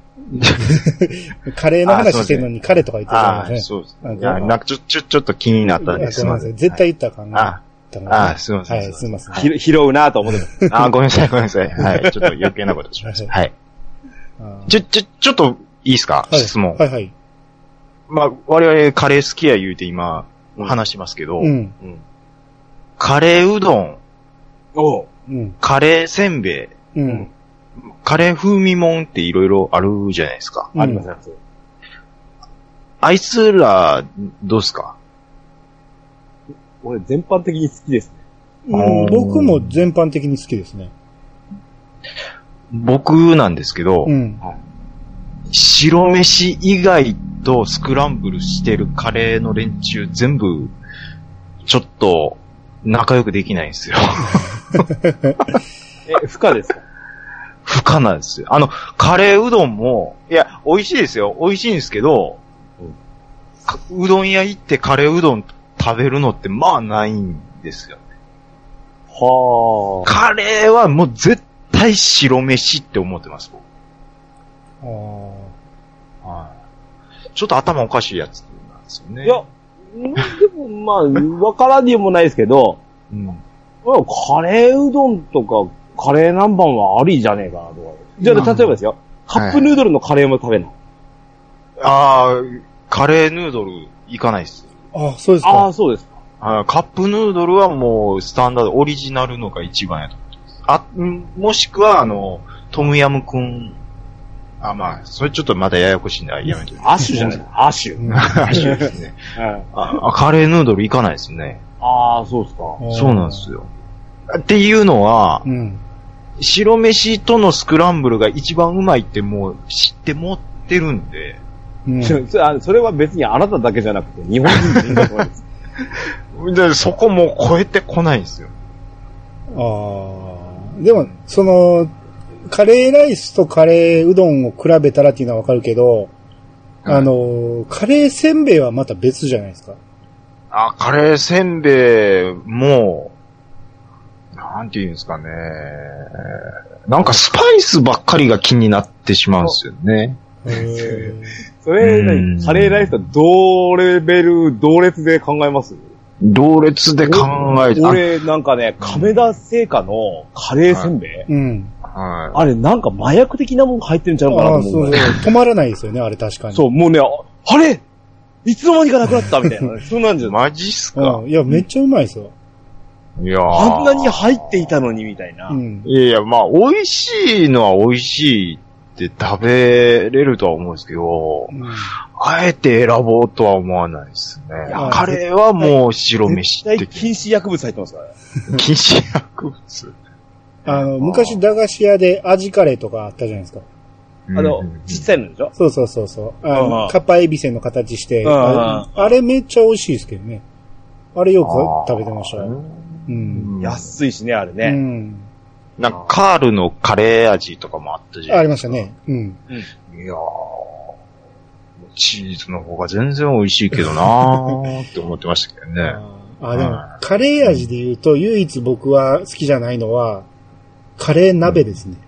カレーの話してるのにカレーとか言ってたんですね。そうですね。いや、なんかちょ、ちょ、ちょっと気になったんです。 ごめんなさい。絶対言ったらあかんな。 ああ、すいません。 はい、すいません。 ひ拾うなぁと思ってます。 ああ、ごめんなさい、ごめんなさい。はい、ちょっと余計なことしました。はい。ちょ、ちょ、ちょっといいですか？質問。 はいはい。 まあ、我々カレー好きや言うて今、話しますけど、うん。カレーうどん、 おう。 カレーせんべい、うん。カレー風味もんっていろいろあるじゃないですか。 あります、あります。 あいつら、どうすか？ 俺全般的に好きですね。うん、僕も全般的に好きですね。 僕なんですけど、うん、白飯以外とスクランブルしてるカレーの連中全部、ちょっと仲良くできないんですよ。 え、不可ですか？ 不可なんですよ。あの、カレーうどんも、いや、美味しいですよ。美味しいんですけど、うん、 うどん屋行ってカレーうどん食べるのってまあないんですよね。 はあ。 カレーはもう絶対白飯って思ってます、僕。 はあ。はい。ちょっと頭おかしいやつなんですよね。 いや、でもまあ、わからんでもないですけど、うん。カレーうどんとか、カレー南蛮はありじゃねえかなとか。じゃあ、例えばですよ。カップヌードルのカレーも食べない。 ああ、カレーヌードルいかないです。 ああ、そうですか。 ああ、そうですか。 あカップヌードルはもうスタンダード、オリジナルのが一番やと思います。あ、もしくはあの、トムヤムくん。あ、まあ、それちょっとまだややこしいんで、やめて。 アッシュじゃないアッシュ。 アッシュですね。あ。カレーヌードルいかないですね。 ああ、そうですか。 そうなんですよ。っていうのは、うん、白飯とのスクランブルが一番うまいってもう知って持ってるんで。 うん、それは別にあなただけじゃなくて日本人全員だと思います。 でそこも超えてこないんですよ。 ああ。でも、その、カレーライスとカレーうどんを比べたらっていうのはわかるけど、はい、あの、カレーせんべいはまた別じゃないですか。 あ、カレーせんべいも、なんて言うんですかね。なんかスパイスばっかりが気になってしまうんですよね。 へそれ、ね、カレーライスと同レベル、同列で考えます同列で考えて。 俺、なんかね、亀田製菓のカレーせんべい、はい、うん。はい。あれ、なんか麻薬的なもの入ってるんちゃうかなと思う。そうそう。 止まらないですよね、あれ確かに。 そう、もうね、あれいつの間にかなくなったみたいな。そうなんじゃマジっすか、 うん、いや、めっちゃうまいですよ。 いやあんなに入っていたのにみたいな。 うん、いやいや、まあ、美味しいのは美味しいって食べれるとは思うんですけど、うん、あえて選ぼうとは思わないですね。カレーはもう白飯って。 絶対禁止薬物入ってますからね。禁止薬物あの、昔駄菓子屋で味カレーとかあったじゃないですか。 あの、ちっちゃいのでしょ？ そうそうそうそう。あの、カッパエビせんの形して、あれ、あれめっちゃ美味しいですけどね。あれよく食べてましたよ。 うん。安いしね、あれね。うん。 なんか、カールのカレー味とかもあったじゃん。 ありましたね。うん。 いやー、チーズの方が全然美味しいけどなーって思ってましたけどね。 ああ、でも、カレー味で言うと、唯一僕は好きじゃないのは、カレー鍋ですね。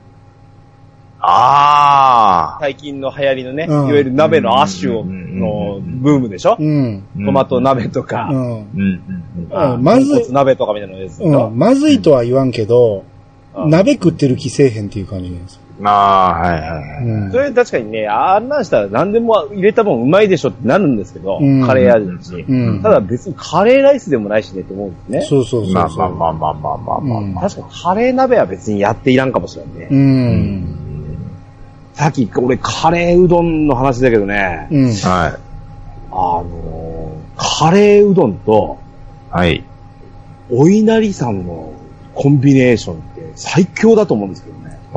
ああ。 最近の流行りのね、うん、いわゆる鍋のアッシュのブームでしょ、うん、トマト鍋とか、うんうんうん、まずい。 鍋とかみたいなやつでしょ、うん、まずいとは言わんけど、うん、鍋食ってる気せえへんっていう感じなんですよ。 ああ、はいはいはい、 うん。それ確かにね、あんなんしたら何でも入れたもんうまいでしょってなるんですけど、うん、カレー味だし、うん。ただ別にカレーライスでもないしねって思うんですね。 そうそうそうそう。 まあまあまあまあまあまあまあ、まあ。 確かにカレー鍋は別にやっていらんかもしれんね。うん。うんさっき、俺、カレーうどんの話だけどね。 うん。はい。あのー、カレーうどんと、 はい。 お稲荷さんのコンビネーションって最強だと思うんですけどね。 へ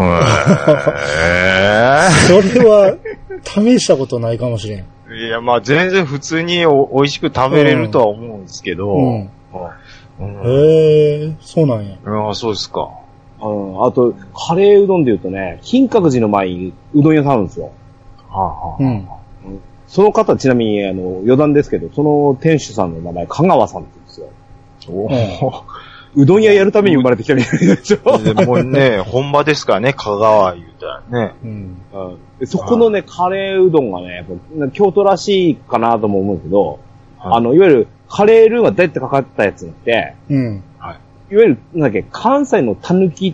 ー。それは、試したことないかもしれん。 いや、まあ全然普通にお美味しく食べれるとは思うんですけど。うん。うんうん、へー、そうなんや。 ああ、そうですか。 うん、あと、カレーうどんで言うとね、金閣寺の前にうどん屋さんあるんですよ。はあはあ、うん。その方、ちなみに、あの、余談ですけど、その店主さんの名前、香川さんって言うんですよ。おー。うどん屋やるために生まれてきたみたいでしょ。 でもね、本場ですからね、香川言うたらね。うん。 うん、そこのね、カレーうどんがね、やっぱ京都らしいかなとも思うんですけど、はい、あの、いわゆるカレールーが出てかかったやつって、うん。いわゆる、なんだっけ、関西のたぬきって、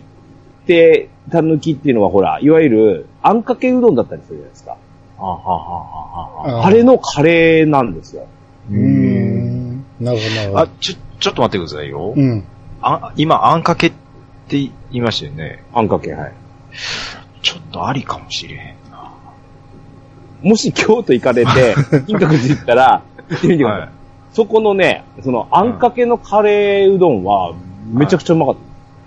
たぬきっていうのはほら、いわゆる、あんかけうどんだったりするじゃないですか。あははははあれのカレーなんですよ。 うーん。なるほど、なるほど。 あ、ちょ、ちょっと待ってくださいよ。うん。あ、今、あんかけって言いましたよね。 あんかけ、はい。 ちょっとありかもしれへんな。 もし京都行かれて、金閣寺行ったら、行ってみてください。はい、そこのね、その、あんかけのカレーうどんは、めちゃくちゃうまかった。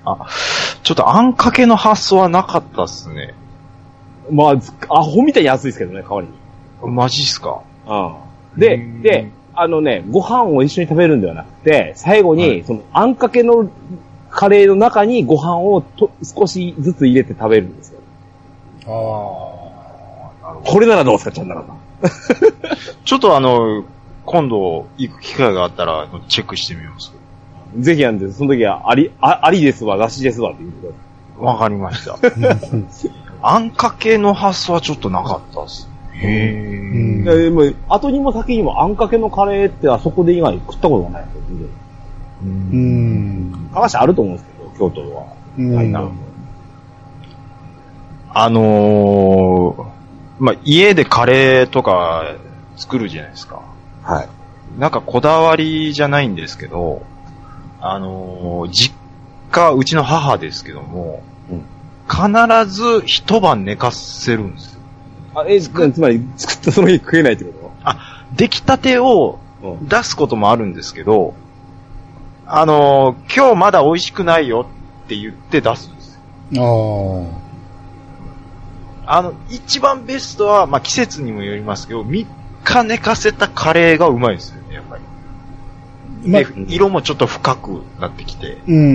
はい、あ、ちょっとあんかけの発想はなかったっすね。 まあ、アホみたいに安いですけどね、代わりに。 マジっすか。 うん。で、で、あのね、ご飯を一緒に食べるんではなくて、最後に、はい、その、あんかけのカレーの中にご飯をと少しずつ入れて食べるんですよ。ああ。なるほど。これならどうですか、ちゃんならさん。 ちょっとあの、今度行く機会があったらチェックしてみます。 ぜひなんです。その時は、あり、あ、ありですわ、なしですわって言ってください。わかりました。あんかけの発想はちょっとなかったです。へぇー。でも、後にも先にもあんかけのカレーってあそこで以外食ったことがないんですよ。うん。話あると思うんですけど、京都は。ないな。 あのー、まあ、家でカレーとか作るじゃないですか。 はい。 なんかこだわりじゃないんですけど、あのー、実家、うちの母ですけども、うん、必ず一晩寝かせるんですよ。 あ、え、つまり作ったその日食えないってこと？ あ、出来たてを出すこともあるんですけど、うん、あのー、今日まだ美味しくないよって言って出すんですよ。ああ。あの、一番ベストは、まあ、季節にもよりますけど、みっか寝かせたカレーがうまいですよね、やっぱり。で、ま、色もちょっと深くなってきて。 うん。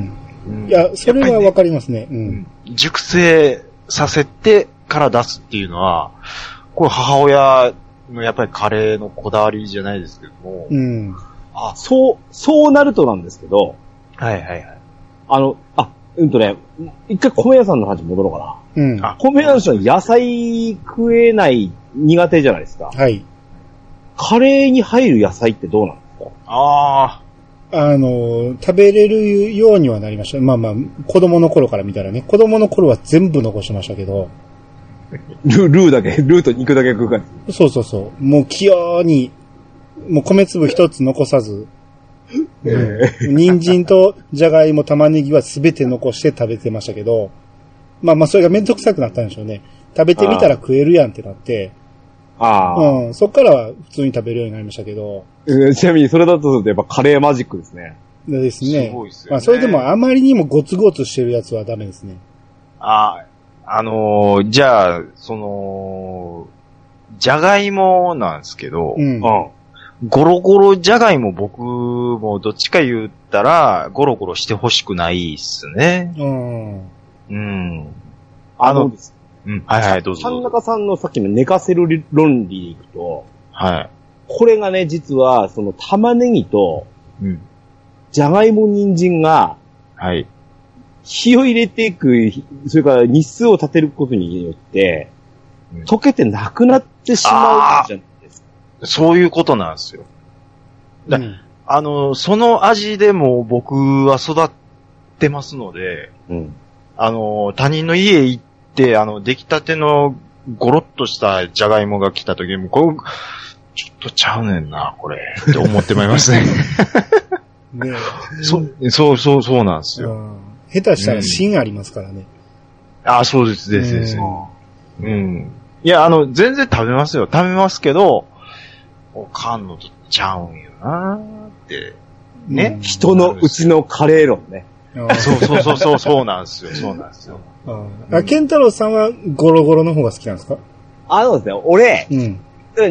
うん、いや、それはわかりますね。うん。 熟成させてから出すっていうのは、これ母親のやっぱりカレーのこだわりじゃないですけども。 うん。あ、そう、そうなるとなんですけど。 はいはいはい。 あの、あ、うんとね、一回米屋さんの話戻ろうかな。うん。米屋さん野菜食えない苦手じゃないですか。 はい。 カレーに入る野菜ってどうなんですか？ ああ。あの、食べれるようにはなりました。まあまあ、子供の頃から見たらね。子供の頃は全部残しましたけど。 ルー、ルーだけ、ルーと肉だけ食う感じ。そうそうそう。もう器用に、もう米粒一つ残さず。えー、人参とじゃがいも、玉ねぎはすべて残して食べてましたけど、まあまあそれがめんどくさくなったんでしょうね。食べてみたら食えるやんってなって、ああ。うん。そっからは普通に食べるようになりましたけど。 ちなみにそれだとやっぱカレーマジックですね。 ですね。 すごいですよね。 まあそれでもあまりにもゴツゴツしてるやつはダメですね。 ああ、あのー、じゃあ、その、じゃがいもなんですけど、うん。うんゴロゴロじゃがいも僕もどっちか言ったらゴロゴロしてほしくないっすね。うん。うん。 あの、 うん。はいはい、どうぞ。 神中さんのさっきの寝かせる論理でいくと、 はい。 これがね、実は、その玉ねぎと、うん。じゃがいも人参が、 はい。 火を入れていく、それから日数を立てることによって、うん、溶けてなくなってしまうじゃん。 そういうことなんですよ。だ、うん、あの、その味でも僕は育ってますので、うん、あの、他人の家行って、あの、出来たてのゴロッとしたじゃがいもが来た時にも、これ、ちょっとちゃうねんな、これ、って思ってまいりますね。ねそそう、そう、そうなんですよ。 下手したら芯ありますからね。 うん、ああ、そうです、です、です。うん。いや、あの、全然食べますよ。食べますけど、おかんのとちゃうんよなーって。ね、 うん、人のうちのカレー論ね。 そうそうそうそう、そうなんですよ。そうなんですよ。 あ、ケンタロウさんはゴロゴロの方が好きなんですか？ あのですね、俺、うん。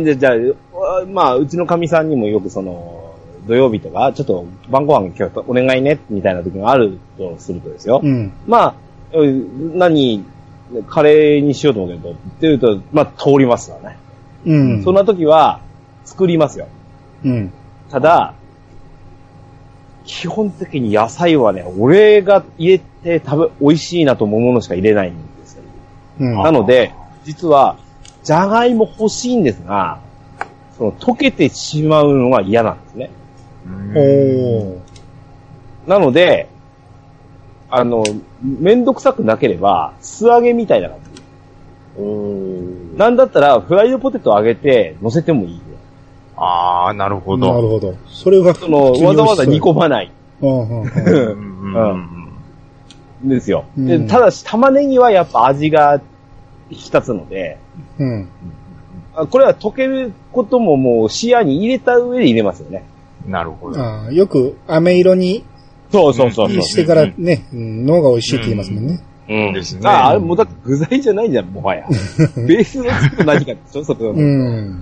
じゃあ、まあ、うちの神さんにもよくその、土曜日とか、ちょっと晩ご飯今日お願いね、みたいな時があるとするとですよ。うん。まあ、何、カレーにしようと思うけど、って言うと、まあ、通りますわね。うん。そんな時は、作りますよ。うん。ただ、基本的に野菜はね、俺が入れて食べ、美味しいなと思うものしか入れないんですよ。うん。なので、実は、じゃがいも欲しいんですが、その溶けてしまうのが嫌なんですね。おー。なので、あの、めんどくさくなければ、素揚げみたいな感じ。うーん。なんだったら、フライドポテト揚げて乗せてもいい。 ああ、なるほど。 なるほど。それが、 その、わざわざ煮込まない。うんうんうん。ですよ。で、ただし、玉ねぎはやっぱ味が引き立つので、うん。これは溶けることももう視野に入れた上で入れますよね。 なるほど。 あよく飴色に、 そうそうそう。 してからね、脳が美味しいって言いますもんね。 うん。ですね。ああ、もうだって具材じゃないじゃん、もはや。ベースの作る何かでしょ、そこ。うん。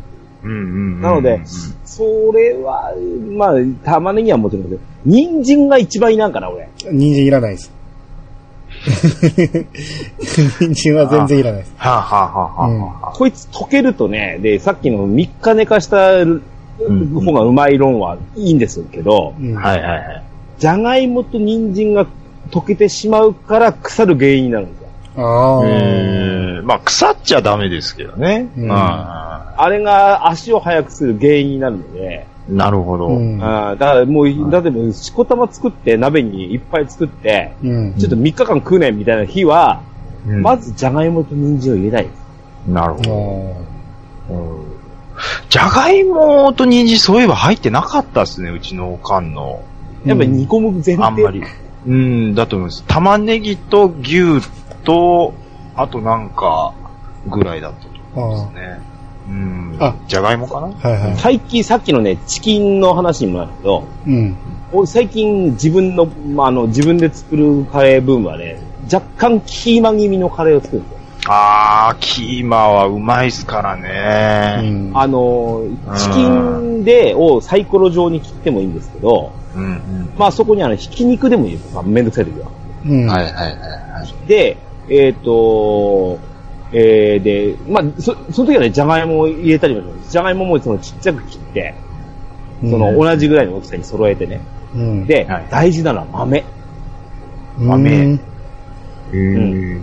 うんうん、なので、それは、まあ、玉ねぎはもちろんですけど、人参が一番いらんかな、俺。 人参いらないです。 人参は全然いらないです。 はあ、はあはあはあ、 うん、こいつ溶けるとね、で、さっきのみっか寝かした方がうまい論はいいんですけど、 うん、はいはいはい。 じゃがいもと人参が溶けてしまうから腐る原因になるんですよ。 ああ。えー、まあ腐っちゃダメですけどね。うん、 ああれが足を速くする原因になるので。 なるほど。うん、 あだからもう、例えば、しこたま作って、鍋にいっぱい作って、うん、ちょっとみっかかん食うねんみたいな日は、うん、まずじゃがいもと人参を入れないです。 なるほど。うん、じゃがいもと人参そういえば入ってなかったっすね、うちのおかんの。 やっぱり煮込む前提、 あんまり。うん、だと思います。玉ねぎと牛と、あとなんか、ぐらいだったと思いますね。うん。あ、じゃがいもかな、 はいはい、最近さっきのね、チキンの話にもなるけど、うん。俺最近自分の、まあ、あの、自分で作るカレーブームはね、若干キーマ気味のカレーを作るんですよ。 あー、キーマはうまいっすからね。 うん、あの、チキンで、をサイコロ状に切ってもいいんですけど、うんうん、まあそこにあの、ひき肉でもいいです。まあ、めんどくさい時は。うん。はいはいはいはい。で、えっ、ー、と、えー、で、まあ、そ、その時はね、じゃがいもを入れたりもします。じゃがいももそのちっちゃく切って、その同じぐらいの大きさに揃えてね。うん、で、はい、大事なのは豆。豆。うん。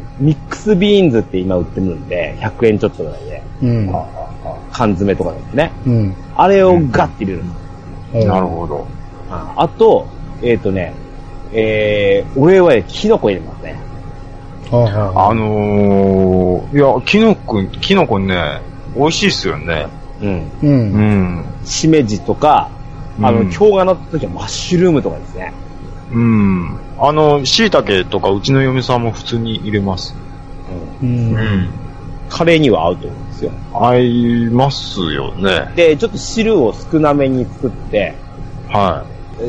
ミックスビーンズって今売ってるんで、ひゃくえんちょっとぐらいで。うん。缶詰とかですね。うん。あれをガッて入れるんです。 うん、なるほど。 あ, あと、えっ、ー、とね、えー、俺はキノコ入れますね。 あのー、いや、キノコ、キノコね、美味しいっすよね。うん。 うん。うん。しめじとか、あの、うん、今日がなった時はマッシュルームとかですね。 うん。あの、椎茸とかうちの嫁さんも普通に入れます。 うん。うん。カレーには合うと思うんですよ。 合いますよね。 で、ちょっと汁を少なめに作って、 はい。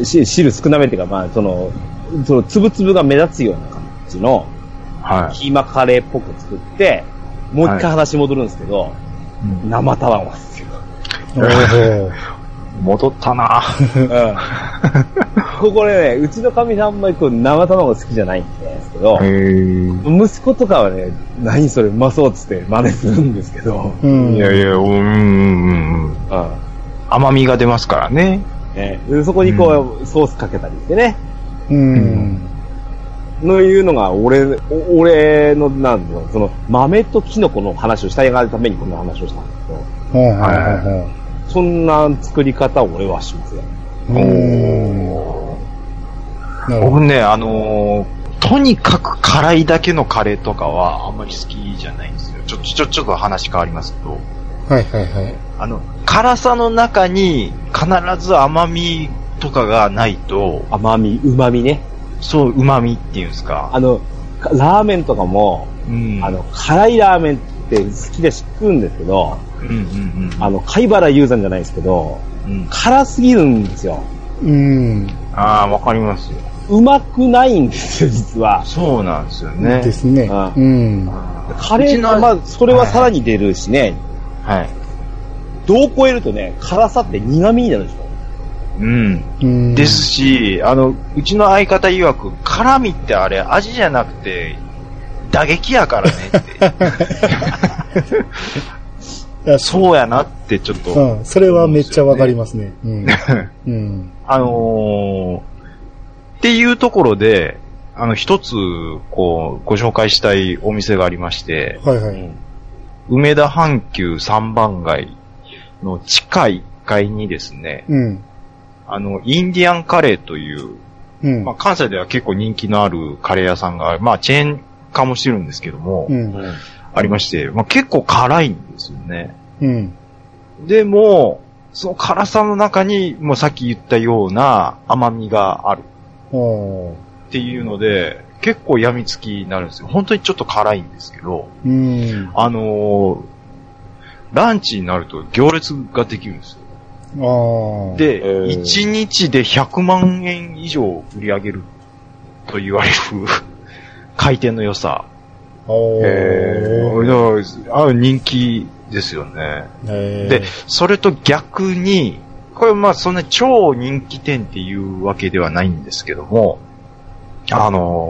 し汁少なめっていうか、まあ、その、その、つぶつぶが目立つような感じの、はい。キーマカレーっぽく作って、もう一回話戻るんですけど、はい、生卵ですよ。 戻ったなうん。 ここね、うちのかみさんあんまりこう生卵好きじゃないんですけど、息子とかはね、何それうまそうっつって真似するんですけど、 うん、いやいや、うん、うん、うん。甘みが出ますからね。 ね、そこにこう、うん、ソースかけたりしてね。うん。のいうのが、俺、俺の、なんだろう、その、豆とキノコの話をしたいがるためにこの話をしたんですけど。はいはいはい。そんな作り方を俺はしますよ。おー。僕ね、あのー、とにかく辛いだけのカレーとかはあんまり好きじゃないんですよ。ちょ、ちょ、ちょっと話変わりますけど。 はいはいはい。 あの、辛さの中に必ず甘みとかがないと。 甘み、旨みね。 そう、旨味っていうんですか。 あの、ラーメンとかも、うん、あの、辛いラーメンって好きで食うんですけど、うんうんうん、あの、貝原雄山じゃないですけど、うん、辛すぎるんですよ。 うん。ああ、わかりますよ。 うまくないんですよ、実は。 そうなんですよね。 ですね。うん。 カレーは、まあ、それはさらに出るしね。 はい。はい、 どう超えるとね、辛さって苦味になるでしょ。 うん。うん。ですし、あの、うちの相方曰く、辛味ってあれ、味じゃなくて、打撃やからねって。そうやなってちょっと、 うん。それはめっちゃわかりますね。うん。 うん、あのー、っていうところで、あの、一つ、こう、ご紹介したいお店がありまして、はいはい。梅田阪急三番街の地下いっかいにですね、うん。あの、インディアンカレーという、うん、まあ、関西では結構人気のあるカレー屋さんが、まあ、チェーン化もしてるんですけども、うん、ありまして、まあ、結構辛いんですよね。うん、でも、その辛さの中に、もうさっき言ったような甘みがある。っていうので、結構病みつきになるんですよ。本当にちょっと辛いんですけど、うん、あのー、ランチになると行列ができるんですよ。あで、えー、いちにちでひゃくまんえん以上売り上げると言われる回転の良さ。えー、あ人気ですよね。で、それと逆に、これまあそんな超人気店っていうわけではないんですけども、あの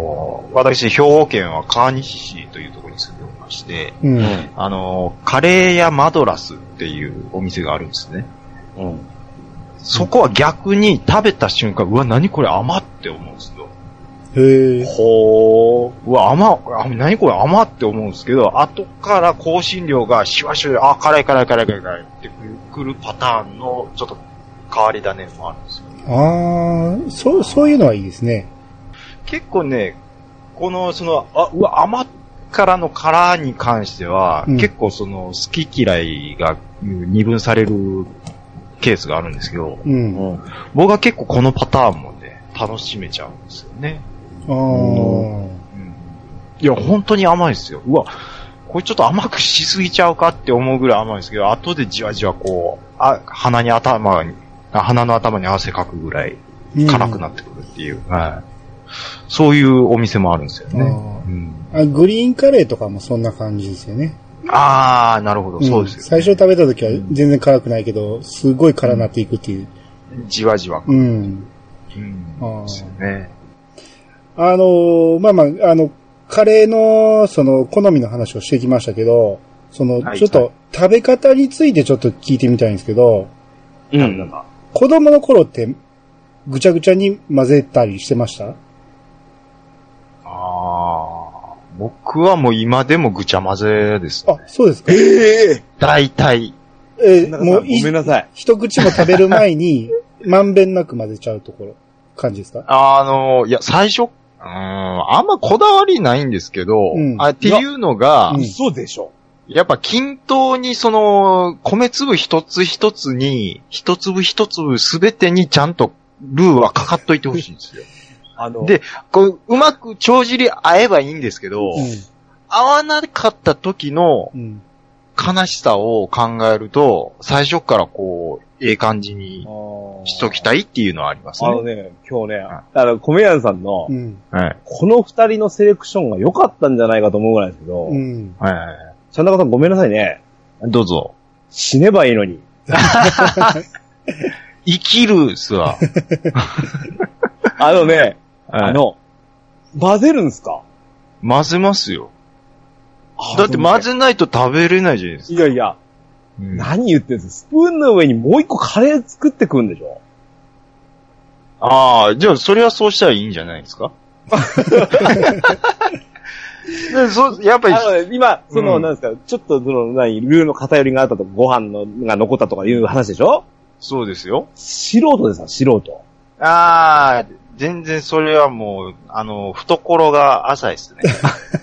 私、兵庫県は川西市というところに住んでおりまして、うん、あの、カレー屋マドラスっていうお店があるんですね。うん、そこは逆に食べた瞬間、うわ、何これ甘って思うんですよ。 へー。 ほー。うわ、甘、何これ甘って思うんですけど、後から香辛料がシュワシュワ、あ、辛い辛い辛い辛い辛いってくるパターンの、ちょっと変わり種もあるんですよ。 あー、そう、そういうのはいいですね。 結構ね、この、その、あ、うわ、甘辛の辛に関しては、うん、結構その、好き嫌いが二分されるケースがあるんですけど、うんうん、僕は結構このパターンもね、楽しめちゃうんですよね。あうん、いや、本当に甘いですよ。うわ、これちょっと甘くしすぎちゃうかって思うぐらい甘いですけど、後でじわじわこう、あ、鼻に頭に、鼻の頭に汗かくぐらい辛くなってくるっていう、うんはい、そういうお店もあるんですよね、うん、 あ。グリーンカレーとかもそんな感じですよね。 あー、なるほど、そうですよ、ね、 最初食べた時は全然辛くないけど、すごい辛なっていくっていう。 じわじわ。 うん。 うん。ですよね。 あのー、まあまあ、あの、カレーの、その、好みの話をしてきましたけど、その、ちょっと、食べ方についてちょっと聞いてみたいんですけど、 うん。なんか子供の頃って、ぐちゃぐちゃに混ぜたりしてました？ああ、僕はもう今でもぐちゃ混ぜです、 ね。あ、そうですか。 ええー、大体。 えー、もう、ごめんなさい。 一口も食べる前に、まんべんなく混ぜちゃうところ、感じですか？ あの、いや、最初、うん、あんまこだわりないんですけど、うん、あっていうのが、 嘘でしょ。 やっぱ均等にその、米粒一つ一つに、一粒一粒すべてにちゃんとルーはかかっといてほしいんですよ。あの、で、こう、うまく帳尻合えばいいんですけど、うん、合わなかった時の悲しさを考えると、最初からこう、ええ感じにしときたいっていうのはありますね。 あのね、今日ね、あの、米屋さんの、うん、この二人のセレクションが良かったんじゃないかと思うぐらいですけど、うん、はいはいはい。ちゃんなかさんごめんなさいね。 どうぞ。 死ねばいいのに。 生きるっすわ。 あのね、はい、あの、混ぜるんすか？ 混ぜますよ。だって混ぜないと食べれないじゃないですか。 いやいや、うん、何言ってんすか？スプーンの上にもう一個カレー作ってくんでしょ？ ああ、じゃあそれはそうしたらいいんじゃないですか？でそやっぱり、 あの、ね、今、その、うん、なんですか、ちょっと、その、何、ルーの偏りがあったとか、ご飯のが残ったとかいう話でしょ？ そうですよ。 素人ですか、素人。 ああ、全然それはもう、あの、懐が浅いですね。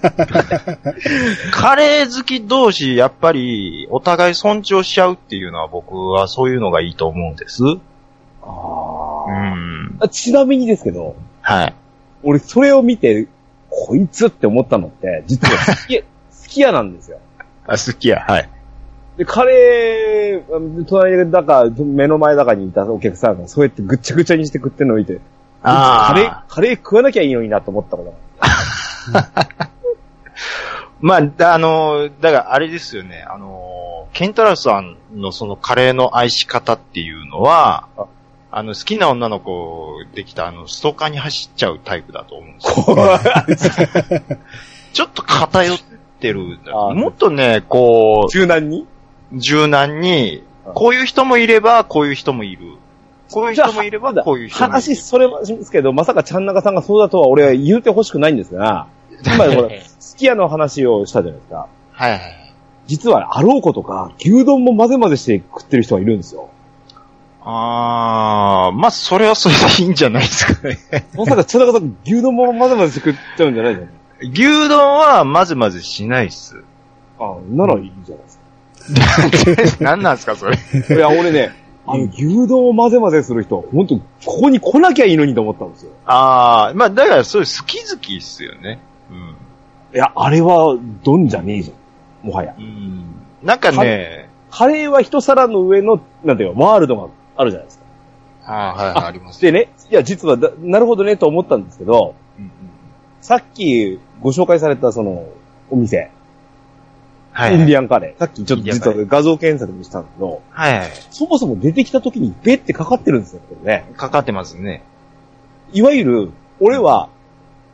カレー好き同士、やっぱり、お互い尊重し合うっていうのは僕はそういうのがいいと思うんです。ああ。うん。ちなみにですけど。 はい。 俺、それを見て、こいつって思ったのって、実は好き、好き屋なんですよ。 あ、好き屋、はい。 で、カレー、隣だか、目の前だかにいたお客さんが、そうやってぐっちゃぐちゃにして食ってるのを見て、あカレー、カレー食わなきゃいいのになと思ったこと。 まあ、あの、だからあれですよね、あの、ケンタラスさんのそのカレーの愛し方っていうのは、あの、好きな女の子できたあの、ストーカーに走っちゃうタイプだと思うんですよ。ちょっと偏ってる。もっとね、こう、 柔軟に柔軟に、こういう人もいれば、こういう人もいる。こういう人もいれば、こういう人もいる。 話、それですけど、まさかちゃんなかさんがそうだとは俺は言うてほしくないんですが、今これ、すき家の話をしたじゃないですか。 はいはい。 実は、あろうことか、牛丼も混ぜ混ぜして食ってる人がいるんですよ。 あー、まあ、それはそれでいいんじゃないですかね。 まさか、ちゃんなかさん、牛丼も混ぜ混ぜして食っちゃうんじゃないじゃん。 牛丼は混ぜ混ぜしないっす。 あ、ならいいじゃないですか。何なんですか、それ。 いや、俺ね、あの、牛丼を混ぜ混ぜする人、ほんと、ここに来なきゃいいのにと思ったんですよ。 ああ、まあ、だからそれ好き好きっすよね。うん。 いや、あれは、どんじゃねえじゃん。もはや。うん。 なんかね、 カレーは一皿の上の、なんていうか、ワールドがあるじゃないですか。 ああ、はい、はい、あります。 でね、いや、実はだ、なるほどね、と思ったんですけど、うんうん、さっきご紹介されたその、お店。はい、はい。インディアンカレー。さっきちょっと実は画像検索にしたんだけど、はい、はい。そもそも出てきた時にベってかかってるんですよ、これね。 かかってますね。 いわゆる、俺は、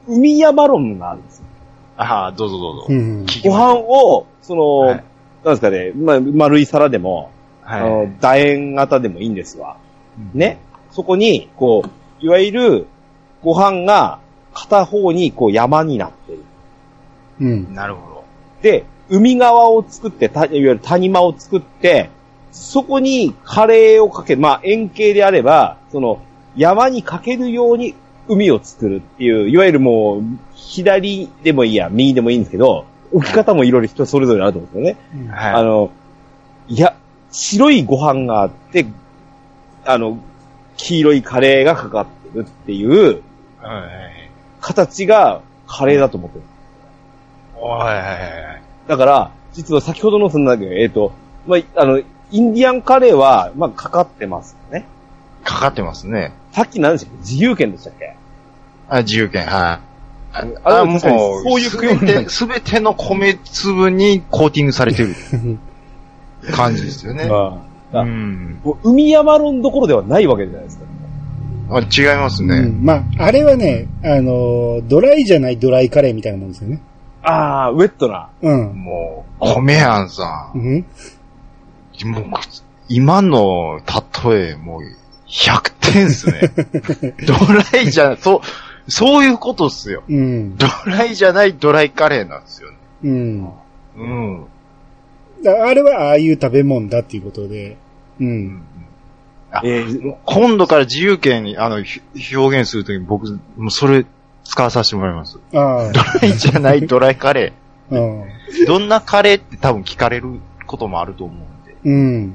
海山論があるんですよ。 ああ、どうぞどうぞ。 うん、 ご飯を、その、はい、なんですかね、まあ、丸い皿でも、はい、あの、楕円型でもいいんですわ。うん、ね。そこに、こう、いわゆる、ご飯が片方にこう山になってる。 うん。 なるほど。 で、海側を作って、たいわゆる谷間を作って、そこにカレーをかける。まあ、円形であれば、その、山にかけるように海を作るっていう、いわゆるもう、左でもいいや、右でもいいんですけど、置き方もいろいろ人それぞれあると思うんですよね。はい、あの、いや、白いご飯があって、あの、黄色いカレーがかかってるっていう、形がカレーだと思ってる。 はいはいはい。 だから、実は先ほどのそんなけど、えっと、まあ、あの、インディアンカレーは、まあ、かかってますよね。 かかってますね。 さっき何でしたっけ？自由権でしたっけ？ あ、自由権、はい。 あれもう、そういうすべて、すべての米粒にコーティングされてる感じですよね。 ああうん。海山論どころではないわけじゃないですか。 あ、違いますね。うん、まあ、あれはね、あの、ドライじゃないドライカレーみたいなもんですよね。 ああ、ウェットな。 うん。 もう、米庵さん。 うん。 もう、今の例え、もう、ひゃくてんっすね。ドライじゃ、そう、そういうことっすよ。 うん。 ドライじゃないドライカレーなんですよね。 うん。 うん。 あれはああいう食べ物だっていうことで。うん。 あえー、今度から自由権に、あの、表現するときに僕、もうそれ使わさせてもらいます。 あドライじゃないドライカレー。うん。 どんなカレーって多分聞かれることもあると思うんで。 うん。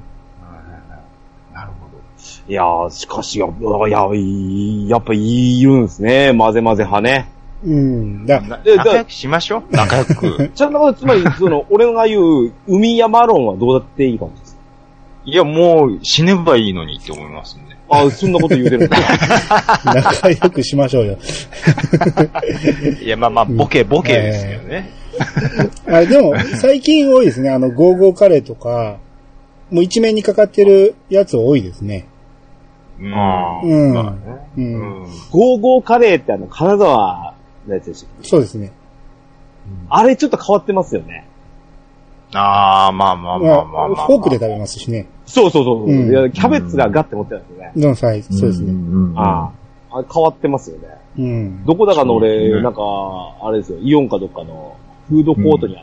なるほど。 いやー、しかし、や、や、やっぱいるんですね。混ぜ混ぜ派ね。 うん。だ仲良くしましょう。仲良く。 ちゃんと、つまり、その、俺が言う、海山論はどうだっていい感じですか？ いや、もう、死ねばいいのにって思いますね。 ああ、そんなこと言うてるんだ。 仲良くしましょうよ。 いや、まあまあ、ボケ、ボケですよね。 えー、あでも、最近多いですね。あの、ゴーゴーカレーとか、もう一面にかかってるやつ多いですね。 うん。 うん。 まあね、 うん。 ゴーゴーカレーってあの、金沢のやつでしたっけ？ そうですね。 あれちょっと変わってますよね。 ああ、まあまあまあまあ、まあ、 フォークで食べますしね。 そうそうそう。うん、いやキャベツがガッて持ってたんですよね。 うん、はい、そうですね。 うん、ああ。変わってますよね。 うん。 どこだかの俺、ね、なんか、あれですよ、イオンかどっかのフードコートにあって、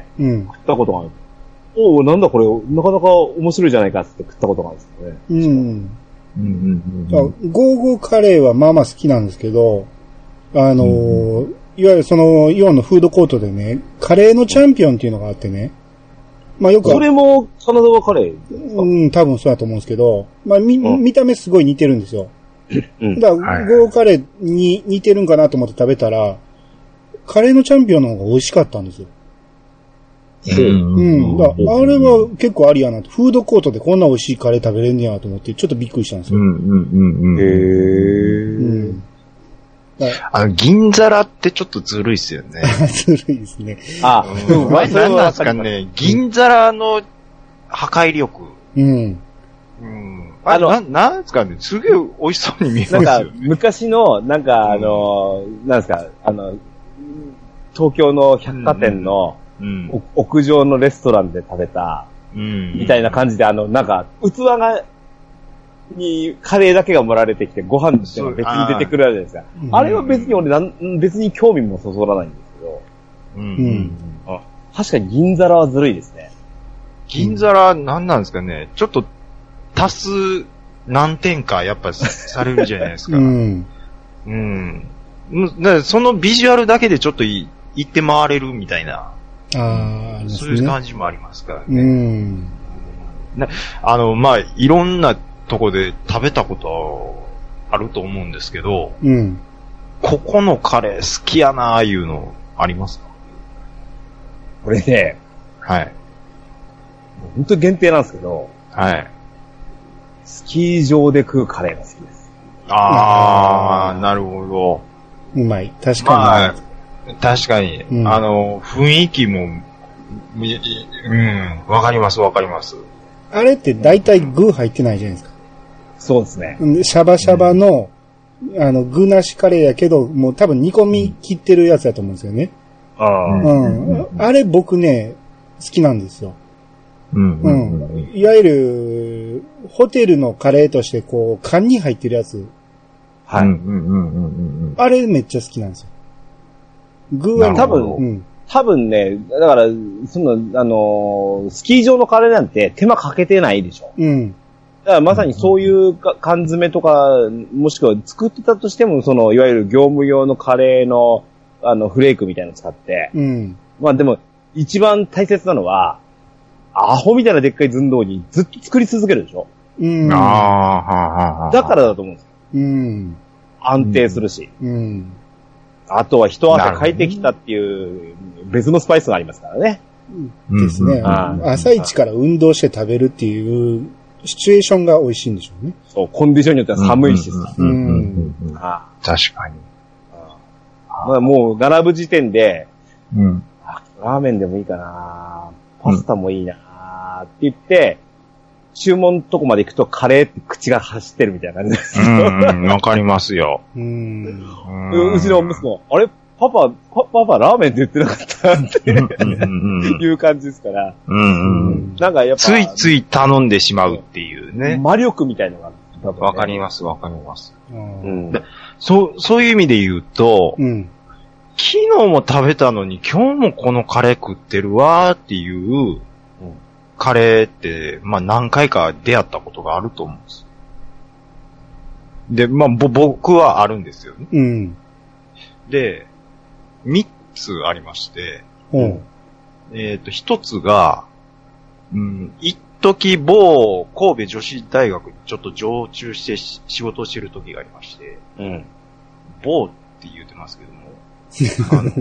うん、食ったことがある。おお、なんだこれ、なかなか面白いじゃないかって食ったことがあるんですよね。 うん。 うんうんうん、 ゴーゴーカレーはまあまあ好きなんですけど、あのー、うん、いわゆるその、イオンのフードコートでね、カレーのチャンピオンっていうのがあってね、まあよく。 それも、金沢カレーうん、多分そうだと思うんですけど、まあ見、うん、見た目すごい似てるんですよ。 うん、 だから、ゴーカレーに似てるんかなと思って食べたら、カレーのチャンピオンの方が美味しかったんですよ。 うん。 うん。だからあれは結構ありやなと。フードコートでこんな美味しいカレー食べれんねやと思って、ちょっとびっくりしたんですよ。 うんうんうんうん。へー。 うん。 あの、銀皿ってちょっとずるいっすよね。 ずるいですね。 あ、 うん。あれ何なんですかね。銀皿の破壊力。 うん。 うん。あの、な、なんですかね。すげえ美味しそうに見えますよね。 なんか、昔の、なんか、あの、うん、なんですか、あの、東京の百貨店の、うん、屋上のレストランで食べた、うん、みたいな感じで、あの、なんか、器が、にカレーだけが盛られてきて、ご飯っていうのが別に出てくるじゃないですか。あ, あれは別に俺なん、別に興味もそそらないんですけど。 うん。うん、 あ、確かに銀皿はずるいですね。 銀皿、なんなんですかね。ちょっと、足す何点かやっぱされるじゃないですか。 うん。 うん。だからそのビジュアルだけでちょっとい行って回れるみたいな。 ああ、 そういう感じもありますからね。 うん。 あの、まあ、いろんなとこで食べたことあると思うんですけど、 うん。 ここのカレー好きやなーいうのありますか？ これね、 はい。 本当限定なんですけど、 はい。 スキー場で食うカレーが好きです。 あー、なるほど。 うまい。確かに。まあ、確かに、うん。あの、雰囲気も、うん、わかりますわかります。 あれって大体具入ってないじゃないですか。 そうですね。 シャバシャバの、 あの、具なしカレーやけど、もう多分煮込み切ってるやつだと思うんですよね。 ああ。 うん。あれ僕ね、好きなんですよ。 うん。 うん。いわゆる、ホテルのカレーとしてこう、缶に入ってるやつ。 はい。 あれめっちゃ好きなんですよ。具は多分、うん、多分ね、だから、その、あのー、スキー場のカレーなんて手間かけてないでしょ。 うん。 だからまさにそういう缶詰とか、もしくは作ってたとしても、その、いわゆる業務用のカレーの、あの、フレークみたいなの使って。 うん。 まあでも、一番大切なのは、アホみたいなでっかい寸胴にずっと作り続けるでしょ。 うん。 ああ、はあ、 だからだと思うんですよ。 うん。 安定するし。 うん。うんあとは一汗かいてきたっていう別のスパイスがありますからね。 ですね。うん、朝一から運動して食べるっていうシチュエーションが美味しいんでしょうね。 そう、コンディションによっては寒いしさ。 うん。確かに。 まあ、もう並ぶ時点で、 うん、 ラーメンでもいいかなパスタもいいなって言って、注文とこまで行くとカレーって口が走ってるみたいな感じですよ。 うん、わかりますよ。 うん。 うちの息子、あれパパ、パパ、パパラーメンって言ってなかったっていう感じですから。 うんうん。 なんかやっぱ。 ついつい頼んでしまうっていうね。 魔力みたいなのがある。 わ、ね、かります、わかります。 うん。 そう、そういう意味で言うと、 うん、 昨日も食べたのに今日もこのカレー食ってるわーっていう、カレーって、まあ何回か出会ったことがあると思うんです。で、まあぼ、僕はあるんですよね。 うん。 で、三つありまして、 うん、 えっと、一つが、うん、一時某神戸女子大学にちょっと常駐して仕事をしてる時がありまして、 うん。 某って言ってますけども、あの、うん、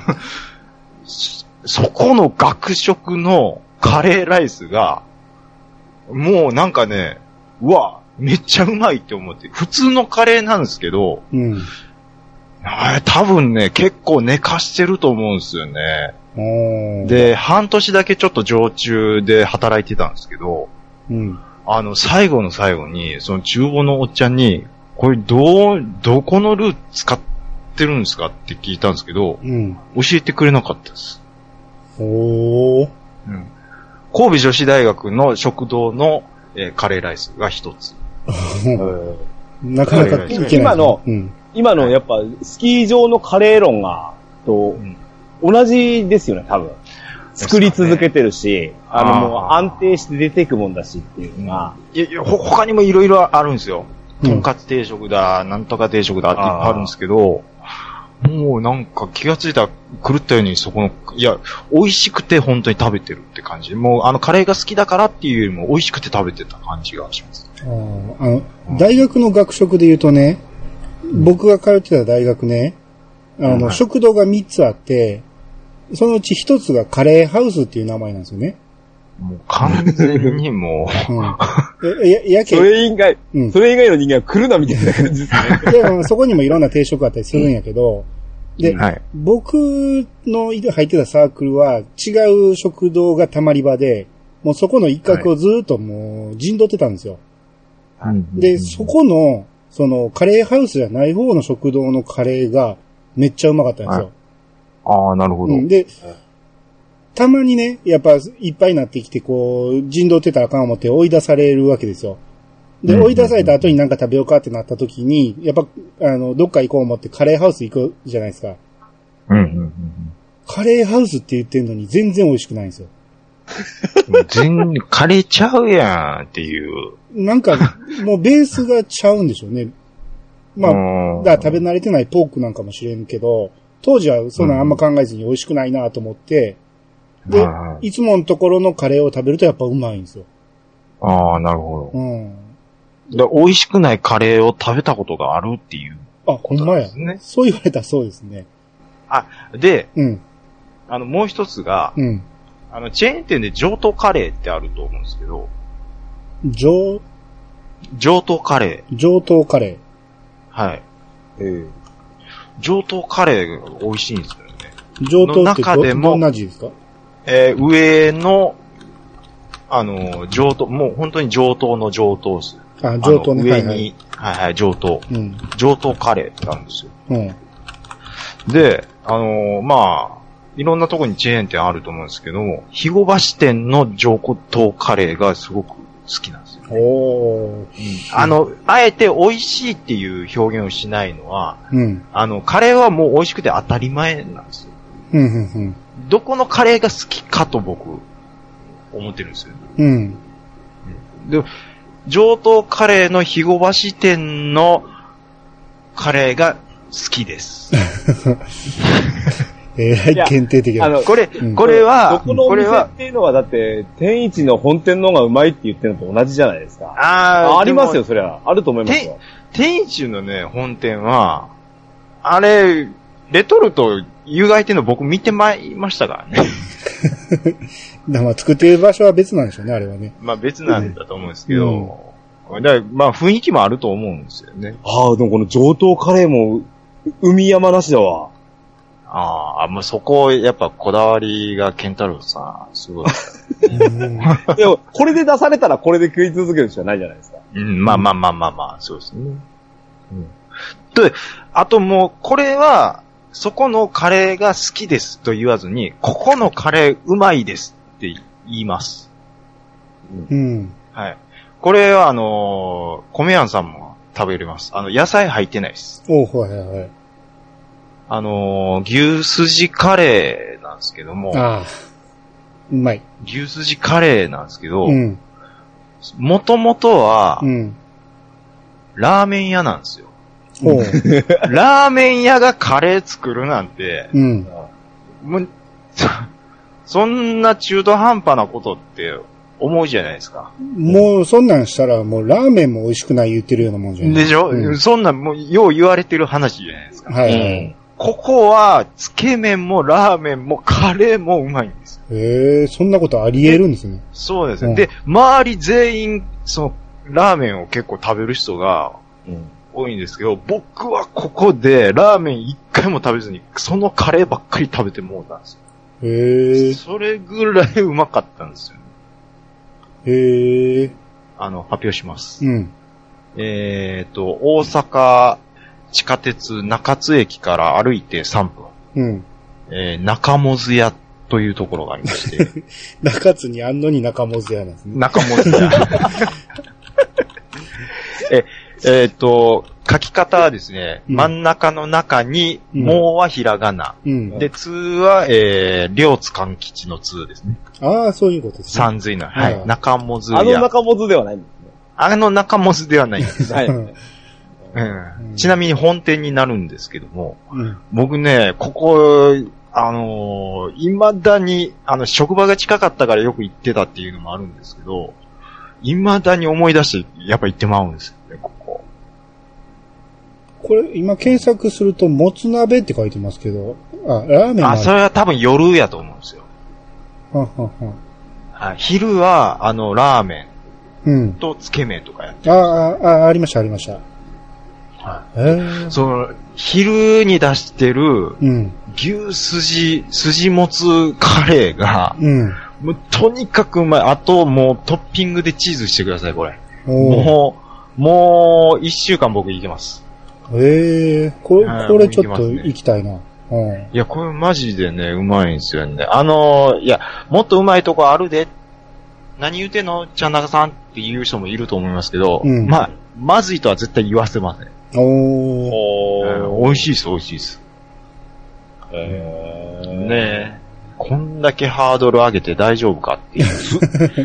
そこの学食のカレーライスが、もうなんかね、うわ、めっちゃうまいって思って、普通のカレーなんですけど、 うん、 多分ね、結構寝かしてると思うんですよね。で、半年だけちょっと常駐で働いてたんですけど、 うん、 あの、最後の最後に、その厨房のおっちゃんに、これどう、どこのルー使ってるんですかって聞いたんですけど、 うん、 教えてくれなかったです。 おー。 うん。神戸女子大学の食堂の、えー、カレーライスが一つ。 なかなかいけない。 今の、うん、今のやっぱスキー場のカレー論が、と、うん、同じですよね、多分。作り続けてるし、ね、あのもう安定して出ていくもんだしっていうのが。 いやいや、ほ、他にもいろいろあるんですよ。とんかつ定食だ、なんとか定食だっていっぱいあるんですけど、もうなんか気がついたら狂ったようにそこの、いや、美味しくて本当に食べてるって感じ。もうあのカレーが好きだからっていうよりも美味しくて食べてた感じがします。 ああの、うん、大学の学食で言うとね、僕が通ってた大学ね、あの、うんはい、食堂がみっつあって、そのうちひとつがカレーハウスっていう名前なんですよね。 もう完全にもう、 うん、や、やけそれ以外、うん、それ以外の人間は来るなみたいな感じですね。 で、そこにもいろんな定食あったりするんやけど、うん、で、はい、僕の入ってたサークルは違う食堂がたまり場で、もうそこの一角をずっともう陣取ってたんですよ。 はい、 で、そこの、そのカレーハウスじゃない方の食堂のカレーがめっちゃうまかったんですよ。はい、 ああ、なるほど。うん、 で、たまにね、やっぱいっぱいになってきて、こう、陣取ってたらあかん思って追い出されるわけですよ。で、追い出された後になんか食べようかってなった時に、やっぱ、あの、どっか行こう思ってカレーハウス行くじゃないですか。 うんうんうん。 カレーハウスって言ってんのに全然美味しくないんですよ。 全然、カレーちゃうやんっていう。 なんか、もうベースがちゃうんでしょうね。まあ、だから食べ慣れてないポークなんかもしれんけど、当時はそんなあんま考えずに美味しくないなと思って、で、いつものところのカレーを食べるとやっぱうまいんですよ。 ああ、なるほど。 うん。 で、美味しくないカレーを食べたことがあるっていう、ね。 あ、ほんまや。そう言われたらそうですね。 あ、で、 うん。 あの、もう一つが、 うん。 あの、チェーン店で上等カレーってあると思うんですけど。 上上等カレー。上等カレー。はい。 えー、 上等カレーが美味しいんですよね。 上等ってど、でもどんな字ですか？ えー、上の、あの、上等、もう本当に上等の上等数。 あ、上等ね。 上に、 はいはい、上等。うん。上等カレーなんですよ。うん。で、あのー、まあ、いろんなとこにチェーン店あると思うんですけども、肥後橋店の上等カレーがすごく好きなんですよ、ね。おー。うん、あの、あえて美味しいっていう表現をしないのは、うん。あの、カレーはもう美味しくて当たり前なんですよ。うん、うん、うん。どこのカレーが好きかと僕、思ってるんですよ。うん。で、上等カレーの肥後橋店のカレーが好きです。 えらい限定的な。 あの、これ、うん、これは、 どこのお店っていうのはだって、天一の本店の方がうまいって言ってるのと同じじゃないですか。ああ、ありますよ、そりゃ。あると思いますよ。 天一のね、本店は、あれ、レトルト、有害っていうの僕見てまいりましたからね。 だから作ってる場所は別なんでしょうね、あれはね。 まあ別なんだと思うんですけど、うん、だからまあ雰囲気もあると思うんですよね。 ああ、でもこの上等カレーも、海山なしだわ。 ああ、もうそこ、やっぱこだわりがケンタロウさん、すごい。 でも、これで出されたらこれで食い続けるしかないじゃないですか。 うん、まあまあまあまあまあ、そうですね。うん。で、あともう、これは、そこのカレーが好きですと言わずに、ここのカレーうまいですって言います。うん。はい。これはあのー、米庵さんも食べれます。あの、野菜入ってないです。 おう、はいはいはい。 あのー、牛すじカレーなんですけども。ああ。 うまい。 牛すじカレーなんですけど、うん。もともとは、うん。ラーメン屋なんですよ。おうラーメン屋がカレー作るなんて、うん。もう、そんな中途半端なことって思うじゃないですか。 もう、そんなんしたら、もうラーメンも美味しくない言ってるようなもんじゃないですか。でしょ、うん、そんなん、もう、よう言われてる話じゃないですか。はい、はい。うんここは、つけ麺もラーメンもカレーもうまいんです。 へえ、そんなことあり得るんですね。 そうですね、うん。で、周り全員、その、ラーメンを結構食べる人が、多いんですけど、僕はここでラーメン一回も食べずに、そのカレーばっかり食べてもうたんですよ。へえ。それぐらいうまかったんですよ、ね。へえ。あの、発表します。うん。えっと、大阪、地下鉄中津駅から歩いてさんぷん。うん。えー、中本屋というところがありまして。 中津にあんのに中本屋なんですね。 中本屋。え、えっ、ー、と、書き方はですね、うん、真ん中の中に、もうはひらがな。うん、で、つは、えー、両津勘吉のつですね。 ああ、そういうことですね。 三髄の、はい。はい、中本屋。 あの中本ではないんですね。 あの中本ではないんです。はい。うん、ちなみに本店になるんですけども、うん、僕ね、ここ、あのー、未だに、あの、職場が近かったからよく行ってたっていうのもあるんですけど、未だに思い出して、やっぱ行ってまうんですよね、ここ。 これ、今検索すると、もつ鍋って書いてますけど、あ、ラーメンあ、 それは多分夜やと思うんですよ。はははあ昼は、あの、ラーメンとつけ麺とかやってます、うん。ああ、ありました、ありました。 はい、その、昼に出してる、牛すじ、すじもつカレーが、うん、もうとにかくうまい。あと、もうトッピングでチーズしてください、これ。もう、もう、一週間僕いけます。 へえー、これ、これちょっと行きたいな。うん、 いや、これマジでね、うまいんですよね。あの、いや、もっとうまいとこあるで。何言うてんのちゃんなかさんって言う人もいると思いますけど、うん、まあ、まずいとは絶対言わせません。おー。おー。美味しいです、美味しいです。えー、ねえ。こんだけハードル上げて大丈夫かっていう。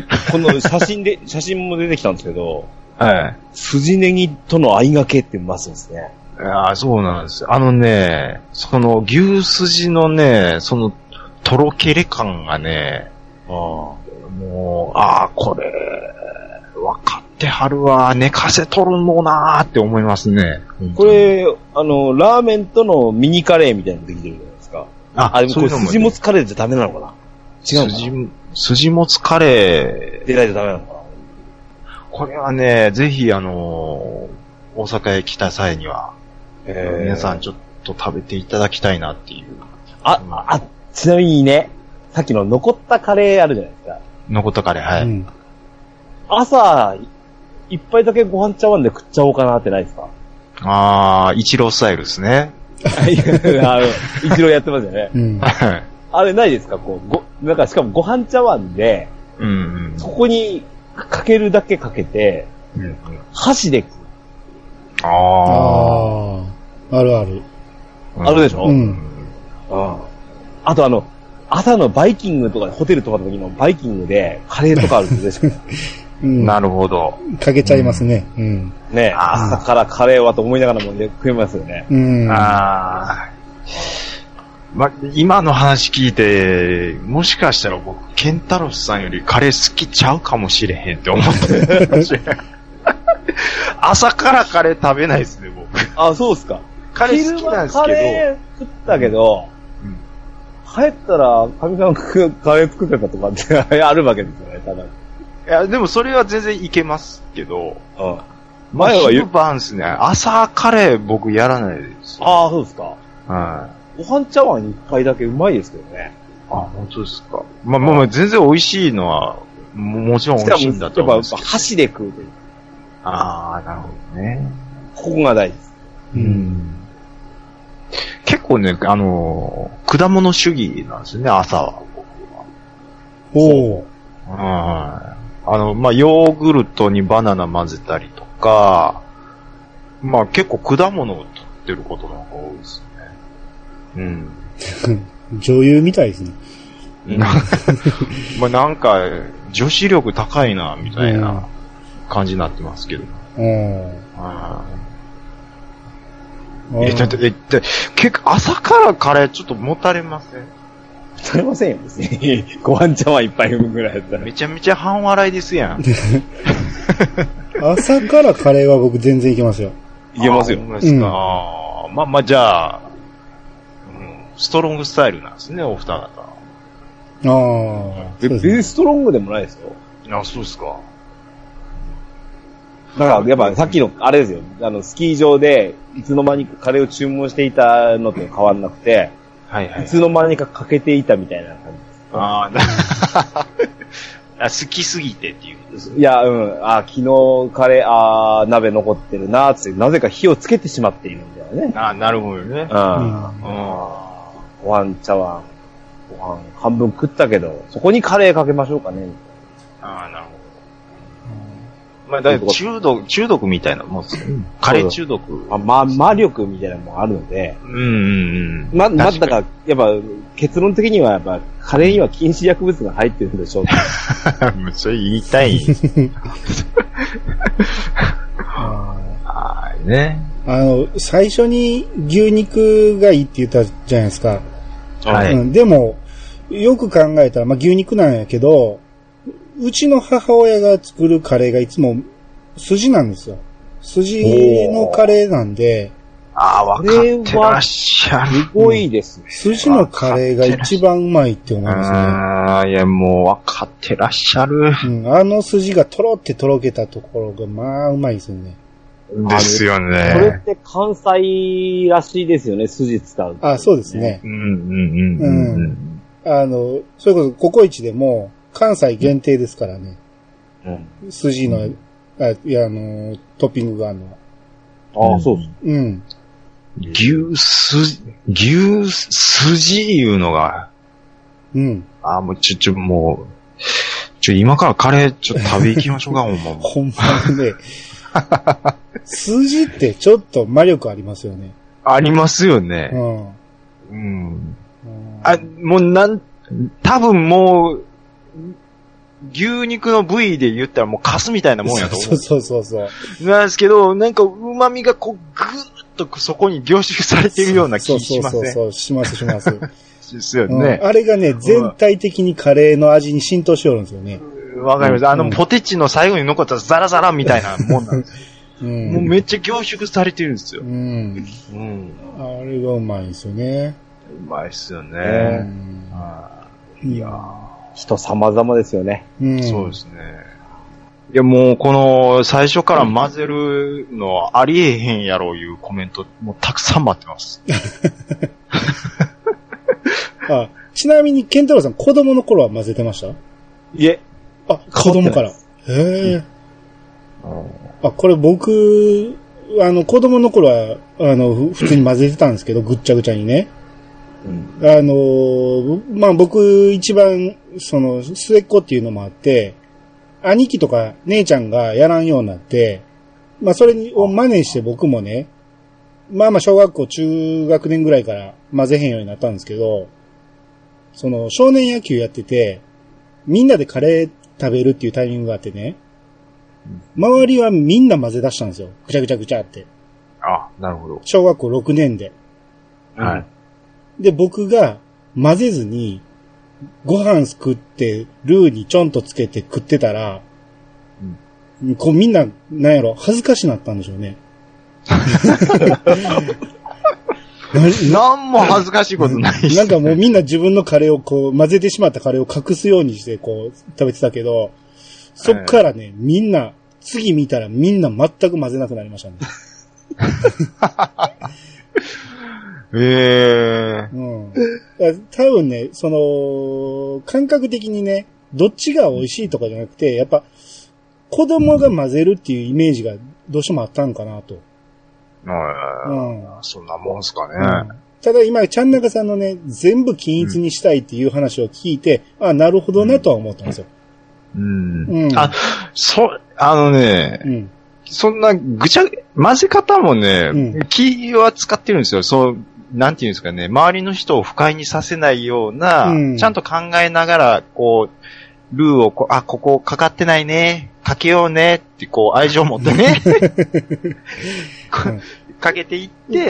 この写真で、写真も出てきたんですけど、はい。筋ネギとの合いがけってうますんですね。 ああ、そうなんですよ。あのね、その牛すじのね、その、とろけれ感がね、あもう、ああ、これ、わかってはるわ、寝かせとるのなーって思いますね。 これ、あの、ラーメンとのミニカレーみたいなのできてるじゃないですか。あ、あでもこれ筋もつカレーじゃダメなのかな違うのかな筋もつカレー。でないとダメなのかなこれはね、ぜひあのー、大阪へ来た際には、えー、皆さんちょっと食べていただきたいなっていう。 あ、うん、あ、ちなみにね、さっきの残ったカレーあるじゃないですか。 残ったカレー、はい。うん、 朝、い一杯だけご飯茶碗で食っちゃおうかなってないですか？ あー、一郎スタイルですね。 あの、一郎やってますよね。うん、あれないですか？こう、ご、なんかしかもご飯茶碗で、うんうん、そこにかけるだけかけて、うんうん、箸で食う。 ああ。あるある。 あるでしょ？うん。あ, あとあの、朝のバイキングとかで、ホテルとかの時のバイキングでカレーとかあるんですよね。 うん、なるほど。 かけちゃいますね。うん。 ね、朝からカレーはと思いながらもんで食えますよね。うん。ああ。ま、今の話聞いて、もしかしたら僕、ケンタロスさんよりカレー好きちゃうかもしれへんって思って。朝からカレー食べないですね、僕。 あ、そうですか。 カレー好きなんですけど。 カレー食ったけど、うん、帰ったら、神さんがカレー作ってたとかってあるわけですよね、ただ。いや、でもそれは全然いけますけど、うん、前は昼晩ですね。朝カレー僕やらないです。 ああ、そうですか。はい。ご飯茶碗一杯だけうまいですけどね。 あ、本当ですか。まあまあまあ、全然美味しいのは、も, もちろん美味しいんだと思うんですけど。 やっぱ箸で食うという。 ああ、なるほどね。 ここが大事です。うん。 結構ね、あのー、果物主義なんですよね、朝は。 おー。 はい。あの、まあ、ヨーグルトにバナナ混ぜたりとか、まあ、結構果物を取ってることの方が多いですね。 うん。女優みたいですね。 まあ、なんか、女子力高いな、みたいな感じになってますけど。うん。あえ、だって、え、で、結構朝からカレーちょっともたれません？もたれませんよ、別に。ご飯茶碗一杯分ぐらいだったら。 めちゃめちゃ半笑いですやん。 朝からカレーは僕全然いけますよ。 いけますよ。 あ、ですか。うん、まあまあ、じゃあ、うん、ストロングスタイルなんですね、お二方。ああ。別にストロングでもないですよ。 あ、そうですか。 だから、やっぱさっきの、あれですよ。あの、スキー場で、いつの間にかカレーを注文していたのと変わんなくて、はいはい。いつの間にかかけていたみたいな感じです。ああ、好きすぎてっていう。 いや、うん。あ、昨日カレー、あ鍋残ってるな、つって、なぜか火をつけてしまっているんだよね。 あなるほどね。うん。うん。 ご飯茶碗、ご飯半分食ったけど、そこにカレーかけましょうかね。 ああ、なるほど。まあ、だいぶ中毒、中毒みたいなもんですね。カレー中毒。 あ、ま、魔力みたいなのもあるので。うんうんうん。ま、ま、だから、やっぱ、結論的にはやっぱ、カレーには禁止薬物が入ってるんでしょう。 それ言いたい。はいね。 あの、最初に牛肉がいいって言ったじゃないですか。はい。うん、でも、よく考えたら、まあ、牛肉なんやけど、うちの母親が作るカレーがいつも筋なんですよ。筋のカレーなんで。 ああ、わかってらっしゃる。 すごいですね。 筋のカレーが一番うまいって思いますね。 ああ、いやもうわかってらっしゃる。 うん、あの筋がとろってとろけたところがまあうまいですよね。 ですよね。 これって関西らしいですよね、筋使う、ね。 あ、そうですね。うんうんうんうん。うん、あの、それこそココイチでも、関西限定ですからね。うん。筋の、あ、いや、あの、トッピングがあるのは。ああ、そうです。 うん。 牛す、牛筋いうのが。 うん。 ああ、もうちょ、ちょ、もう、ちょ、今からカレーちょっと食べ行きましょうか、ほんま。 ほんまにね。筋ってちょっと魔力ありますよね。 ありますよね。うん。うん。あ、もうなん、多分もう、牛肉の部位で言ったらもうカスみたいなもんやと思う。 そうそうそうそう。なんですけど、なんか旨味がこうぐーっとそこに凝縮されているような気しません？ そうそうそう、しますします。 ですよね、 うん。あれがね、全体的にカレーの味に浸透しよるんですよね。 わかります。あの、ポテチの最後に残ったザラザラみたいなもんなんです。うん、もうめっちゃ凝縮されてるんですよ。うん。 うん。あれがうまいですよね。 うまいっすよね。うん、 あいやー。人様々ですよね。 うん。そうですね。いやもうこの最初から混ぜるのありえへんやろういうコメントもうたくさん待ってます。 あ、ちなみにケンタロウさん子供の頃は混ぜてました？ いえ。 あ、子供から。へえ。 あ、これ僕、あの、子供の頃は、あの、普通に混ぜてたんですけど、ぐっちゃぐちゃにね。うん、あの、まあ、僕一番、その、末っ子っていうのもあって、兄貴とか姉ちゃんがやらんようになって、まあ、それを真似して僕もね、まあまあ、小学校中学年ぐらいから混ぜへんようになったんですけど、その、少年野球やってて、みんなでカレー食べるっていうタイミングがあってね、周りはみんな混ぜ出したんですよ。ぐちゃぐちゃぐちゃって。 あ、なるほど。 小学校ろくねんで。 はい。 で、僕が混ぜずに、ご飯すくって、ルーにちょんとつけて食ってたら、うん、こうみんな、なんやろ、恥ずかしなったんでしょうね。 なんも恥ずかしいことないし。 なんかもうみんな自分のカレーをこう混ぜてしまったカレーを隠すようにしてこう食べてたけど、そっからね、みんな、次見たらみんな全く混ぜなくなりましたね。 へえー。 うん。多分ね、その、感覚的にね、どっちが美味しいとかじゃなくて、やっぱ、子供が混ぜるっていうイメージがどうしてもあったんかなと。 うん。そんなもんすかね。うん、 ただ今、ちゃんなかさんのね、全部均一にしたいっていう話を聞いて、うん、あ、なるほどなとは思ったんですよ。 うん。うん、あ、そ、あのね、うん、そんなぐちゃ、混ぜ方もね、うん、気は使ってるんですよ。そう、なんていうんですかね、周りの人を不快にさせないような、うん、ちゃんと考えながら、こう、ルーをこう、あ、ここかかってないね、かけようね、ってこう、愛情を持ってね、かけていって、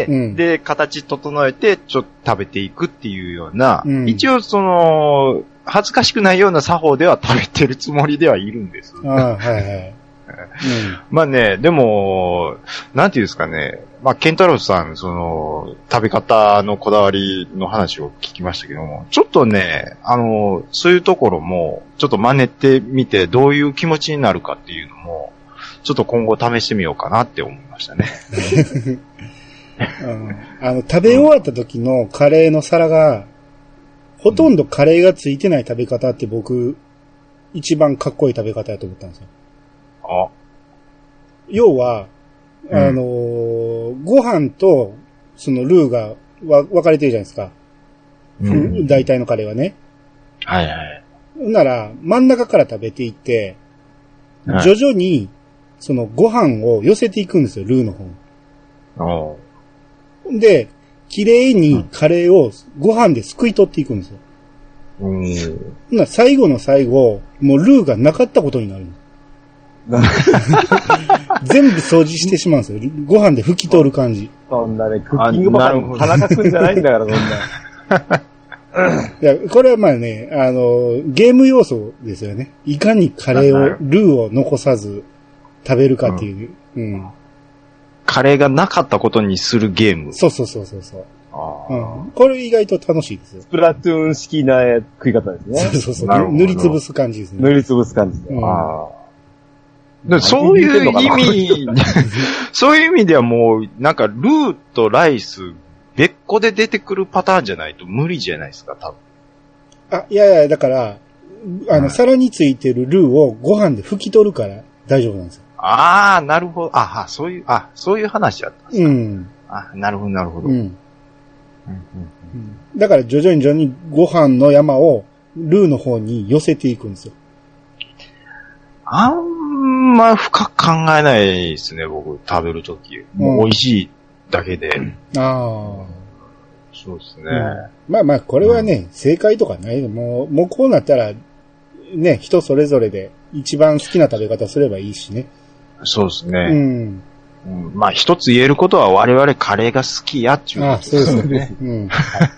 うん、で、形整えて、ちょっと食べていくっていうような、うん、一応その、恥ずかしくないような作法では食べてるつもりではいるんです。 ああ、はいはい。 うん、まあね、でも、なんていうんですかね、まあ、ケンタロウさん、その、食べ方のこだわりの話を聞きましたけども、ちょっとね、あの、そういうところも、ちょっと真似てみて、どういう気持ちになるかっていうのも、ちょっと今後試してみようかなって思いましたね。 うん、あの、食べ終わった時のカレーの皿が、ほとんどカレーがついてない食べ方って僕、一番かっこいい食べ方だと思ったんですよ。 あ。 要は、うん、あのー、ご飯と、そのルーがわ分かれてるじゃないですか。うん。大体のカレーはね。 はいはい。 なら、真ん中から食べていって、はい、徐々に、そのご飯を寄せていくんですよ、ルーの方に。で、綺麗にカレーをご飯ですくい取っていくんですよ。 うん。 な最後の最後、もうルーがなかったことになるんです。全部掃除してしまうんですよ。ご飯で拭き取る感じ。 そんなね、クッキングバカの田中くんじゃないんだから、そんな。 いや、これはまあね、あの、ゲーム要素ですよね。いかにカレーを、ルーを残さず食べるかっていう。うん。うん、 カレーがなかったことにするゲーム。 そうそうそうそうそう。あうん、これ意外と楽しいですよ。 スプラトゥーン式な食い方ですね。 そうそうそう。塗りつぶす感じですね。 塗りつぶす感じで。うん、あでそういう意味、そういう意味ではもう、なんかルーとライス、別個で出てくるパターンじゃないと無理じゃないですか、多分。 あ、いやいや、だから、あの、皿についてるルーをご飯で拭き取るから大丈夫なんですよ。 ああ、なるほど。あ、そういう、あ、そういう話だったんですか。 うん。 あ、なるほど、なるほど。うん。うんうんうん、だから徐々に徐々にご飯の山をルーの方に寄せていくんですよ。 あんま深く考えないですね、僕、食べるとき。もう美味しいだけで。 ああ。 そうですね、うん。 まあまあ、これはね、うん、正解とかない。もう、もうこうなったら、ね、人それぞれで一番好きな食べ方すればいいしね。 そうですね。 うん。 うん、まあ一つ言えることは我々カレーが好きやっちゅうことですね。 ああ、そうですね。うん。ね。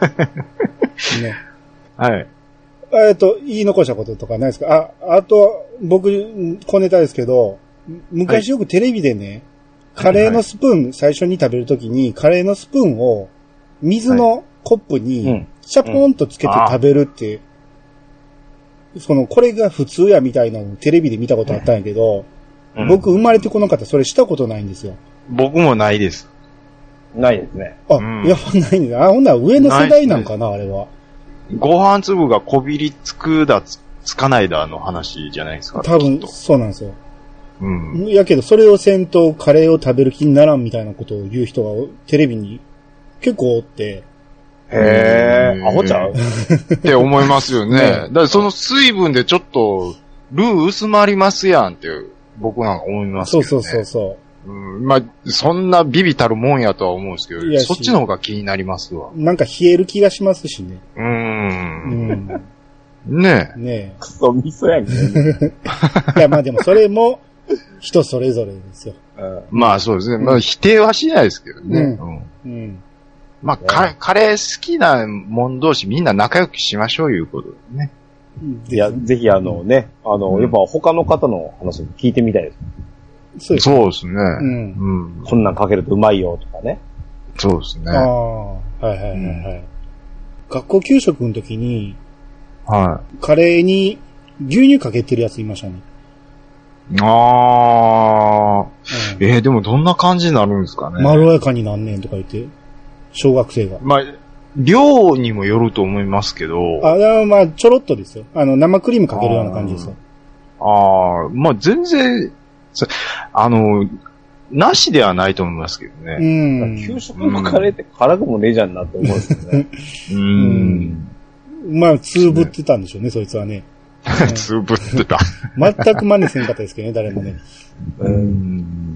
はい。 えっと、言い残したこととかないですか？あ、あと、僕、小ネタですけど、昔よくテレビでね、はい、カレーのスプーン、はい、最初に食べるときに、カレーのスプーンを水のコップに、シャポンとつけて食べるって、うんうん、その、これが普通やみたいなのをテレビで見たことあったんやけど、うん、僕生まれてこの方それしたことないんですよ。 僕もないです。 ないですね。 あ、うん、いや、ないんです。あ、ほんなら上の世代なんかな、あれは。 ご飯粒がこびりつくだつ、つかないだの話じゃないですか。 多分、そうなんですよ。 うん。 やけど、それをせんとカレーを食べる気にならんみたいなことを言う人がテレビに結構おって。 へー、アホちゃうって思いますよね。ね、だからその水分でちょっと、ルー薄まりますやんって、僕なんか思いますけどね。 そうそうそうそう。 うん、まあ、そんなビビたるもんやとは思うんですけど、そっちの方が気になりますわ。 なんか冷える気がしますしね。 うーん。うん、ねえ。ねえ。 クソ味噌やんけ、ね。 いや、まあでもそれも人それぞれですよ。 うん、まあそうですね。まあ否定はしないですけどね。 うん。うん、 まあ、カ、カレー好きな者同士みんな仲良くしましょういうことでね。 いや、ぜひあのね、あの、うん、やっぱ他の方の話も聞いてみたいです。 そうです。そうですね。うん。 うん。こんなんかけるとうまいよとかね。 そうですね。 ああ、はいはいはいはい。うん、学校給食の時に、 はい。 カレーに牛乳かけてるやついましたね。 ああ、うん、えー、でもどんな感じになるんですかね。 まろやかになんねんとか言って、小学生が。 まあ、量にもよると思いますけど。 あ、まあ、ちょろっとですよ。あの、生クリームかけるような感じですよ。 ああ、まあ全然、あの、なしではないと思いますけどね。 うん。 給食のカレーって辛くもねえじゃんなって思うんですよね。 うん。 まあ、つぶってたんでしょうね、そいつはね。 つぶってた。 全く真似せんかったですけどね、誰もね。 うん。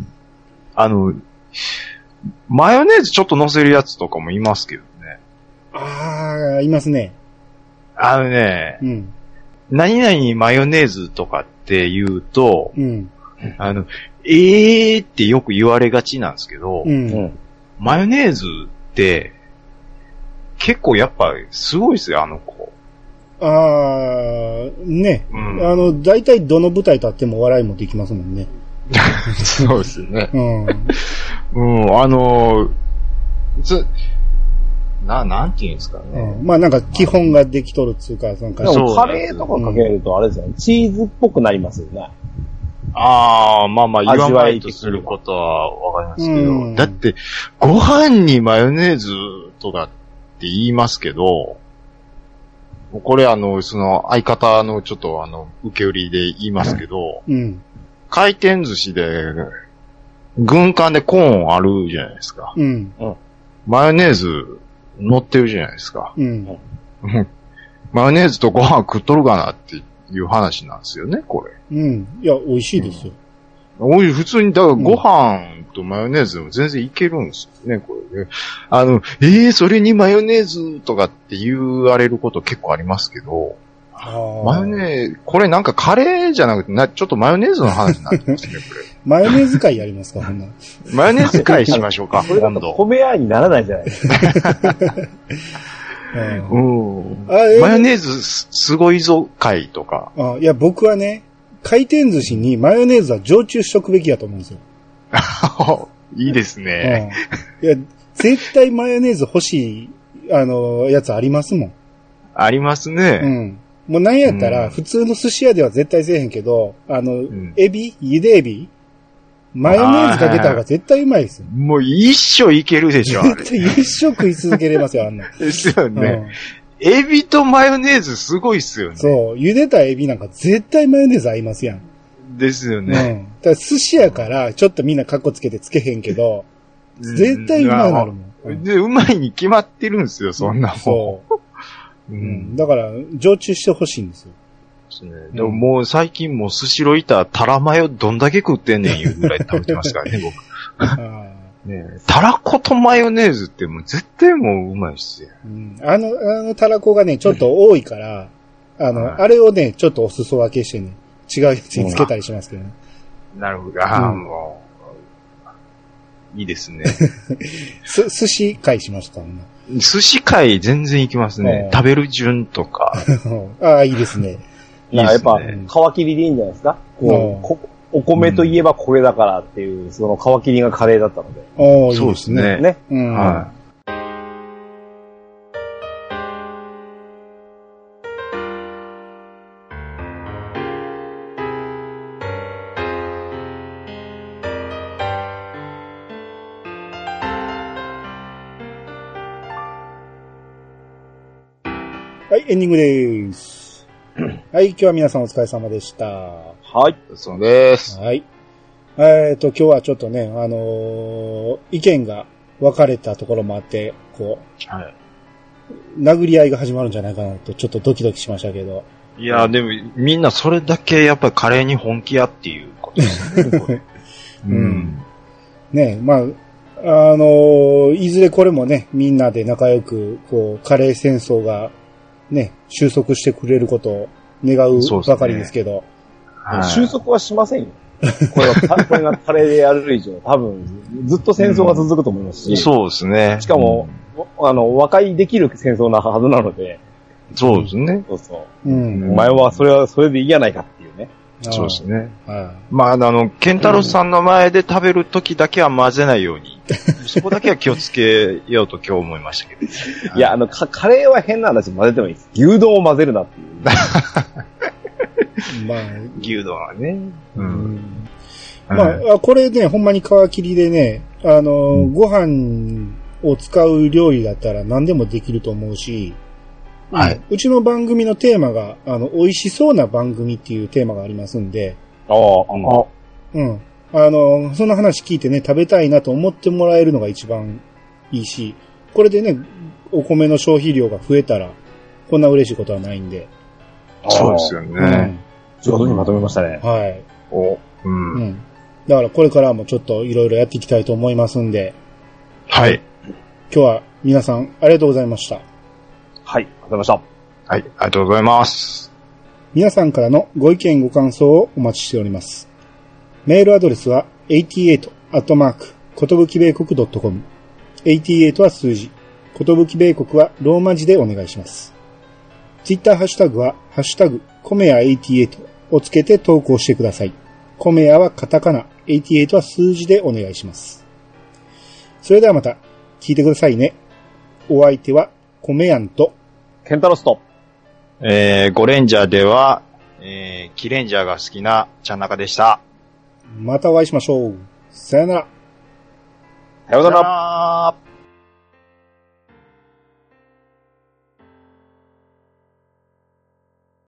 あの、マヨネーズちょっと乗せるやつとかもいますけどね。 ああ、いますね。 あのね、 うん。 何々マヨネーズとかって言うと、 うん。 あの、えーってよく言われがちなんですけど、 うん、 マヨネーズって、結構やっぱすごいですよ、あの子。 ああ、ね。うん、あの、大体どの舞台立っても笑いもできますもんね。 そうですね。 うん。 うん、あの、つ、な、なんていうんですかね。 うん、まあなんか基本ができとるっつうか、なんか。 でもカレーとかかけるとあれですよね、うん、チーズっぽくなりますよね。 ああ、まあまあ言わないとすることはわかりますけど、うん、だって、ご飯にマヨネーズとかって言いますけど、これあの、その相方のちょっとあの、受け売りで言いますけど、 うん、 回転寿司で、軍艦でコーンあるじゃないですか。 うん、 マヨネーズ乗ってるじゃないですか。 うん、 マヨネーズとご飯食っとるかなっていう話なんですよね、これ。 うん。いや、美味しいですよ。 おい、普通に、だからご飯とマヨネーズでも全然いけるんですよね、これね。あの、ええー、それにマヨネーズとかって言われること結構ありますけど、マヨネーズ、これなんかカレーじゃなくてな、ちょっとマヨネーズの話になってますね、これ。 マヨネーズ会やりますか、ほんなら。 マヨネーズ会しましょうか、 これだと米屋にならないじゃないですか。 うん、マヨネーズす、すごいぞ会とか。 あ、いや、僕はね、回転寿司にマヨネーズは常駐しとくべきだと思うんですよ。 いいですね、 うん。いや、絶対マヨネーズ欲しい、あの、やつありますもん。 ありますね。 うん。もうなんやったら、普通の寿司屋では絶対せえへんけど、あの、うん、エビ茹でエビマヨネーズかけた方が絶対うまいですよ。 もう一生いけるでしょ、 絶対一生食い続けれますよ、あんな。 ですよね、うん。エビとマヨネーズすごいっすよね。 そう。茹でたエビなんか絶対マヨネーズ合いますやん。 ですよね。 うん。だから寿司やからちょっとみんなカッコつけてつけへんけど、絶対うまいなるもん。 うん、で、うまいに決まってるんですよ、そんなもん。 そう。うん。だから、常駐してほしいんですよ。 ですね。でももう最近もうスシローいたらタラマヨどんだけ食ってんねんいうぐらい食べてますからね、僕。あねえ、たらことマヨネーズってもう絶対もううまいっすよ。 うん、あの、あのたらこがね、ちょっと多いから、あの、はい、あれをね、ちょっとお裾分けしてね、違うやつにつけたりしますけどね。 なるほど。ああ、うん、もう、いいですね。 す、寿司会しましたね。 寿司会全然行きますね。食べる順とか。 ああ、いいですね。 いいやっぱ、皮切りでいいんじゃないですか、こうお米といえばこれだからっていう、うん、その皮切りがカレーだったので。 ああ、そうですね。 ね。 うん。はい。はい、エンディングでーす。はい、今日は皆さんお疲れ様でした。 はい。 そうです。 はい。 えっと、今日はちょっとね、あのー、意見が分かれたところもあって、こう、はい、殴り合いが始まるんじゃないかなと、ちょっとドキドキしましたけど。 いや、でも、みんなそれだけやっぱりカレーに本気やっていうことですね。 うん。ねまあ、あのー、いずれこれもね、みんなで仲良く、こう、カレー戦争が、ね、収束してくれることを願うばかりですけど。ねはい、収束はしませんよ。これは、これがカレーでやる以上、多分、ずっと戦争が続くと思いますし。 うん、そうですね。 しかも、うん、あの、和解できる戦争なはずなので。 そうですね。 そうそう。うん。お前はそれはそれでいいやないかっていうね。 そうですね。はい、まあ、あの、ケンタロスさんの前で食べるときだけは混ぜないように。そこだけは気をつけようと今日思いましたけど、ね。 いや、あの、カカレーは変な話混ぜてもいいです。牛丼を混ぜるなっていう。 まあ、 牛丼はね。うん。 まあ、これね、ほんまに皮切りでね、あの、うん、ご飯を使う料理だったら何でもできると思うし、はい。うちの番組のテーマが、あの、美味しそうな番組っていうテーマがありますんで。ああ、あうん。あの、その話聞いてね、食べたいなと思ってもらえるのが一番いいし、これでね、お米の消費量が増えたら、こんな嬉しいことはないんで。 そうですよね。うん、 上手にまとめましたね。 はい。 お、うん。 うん。だからこれからもちょっといろいろやっていきたいと思いますんで。 はい。 今日は皆さんありがとうございました。 はい、ありがとうございました。はい、 ありがとうございます。 皆さんからのご意見ご感想をお待ちしております。メールアドレスは はちじゅうはち アットマーク、ことぶき米国 ドットコム。はちじゅうはちは数字。ことぶき米国はローマ字でお願いします。ツイッターハッシュタグは、ハッシュタグ、コメヤはちじゅうはちをつけて投稿してください。コメヤはカタカナ、はちじゅうはちは数字でお願いします。それではまた、聞いてくださいね。お相手は、コメヤンと、 ケンタロスと、 えー、ゴレンジャーでは、えー、キレンジャーが好きなちゃんなかでした。 またお会いしましょう。さよなら。 さよなら。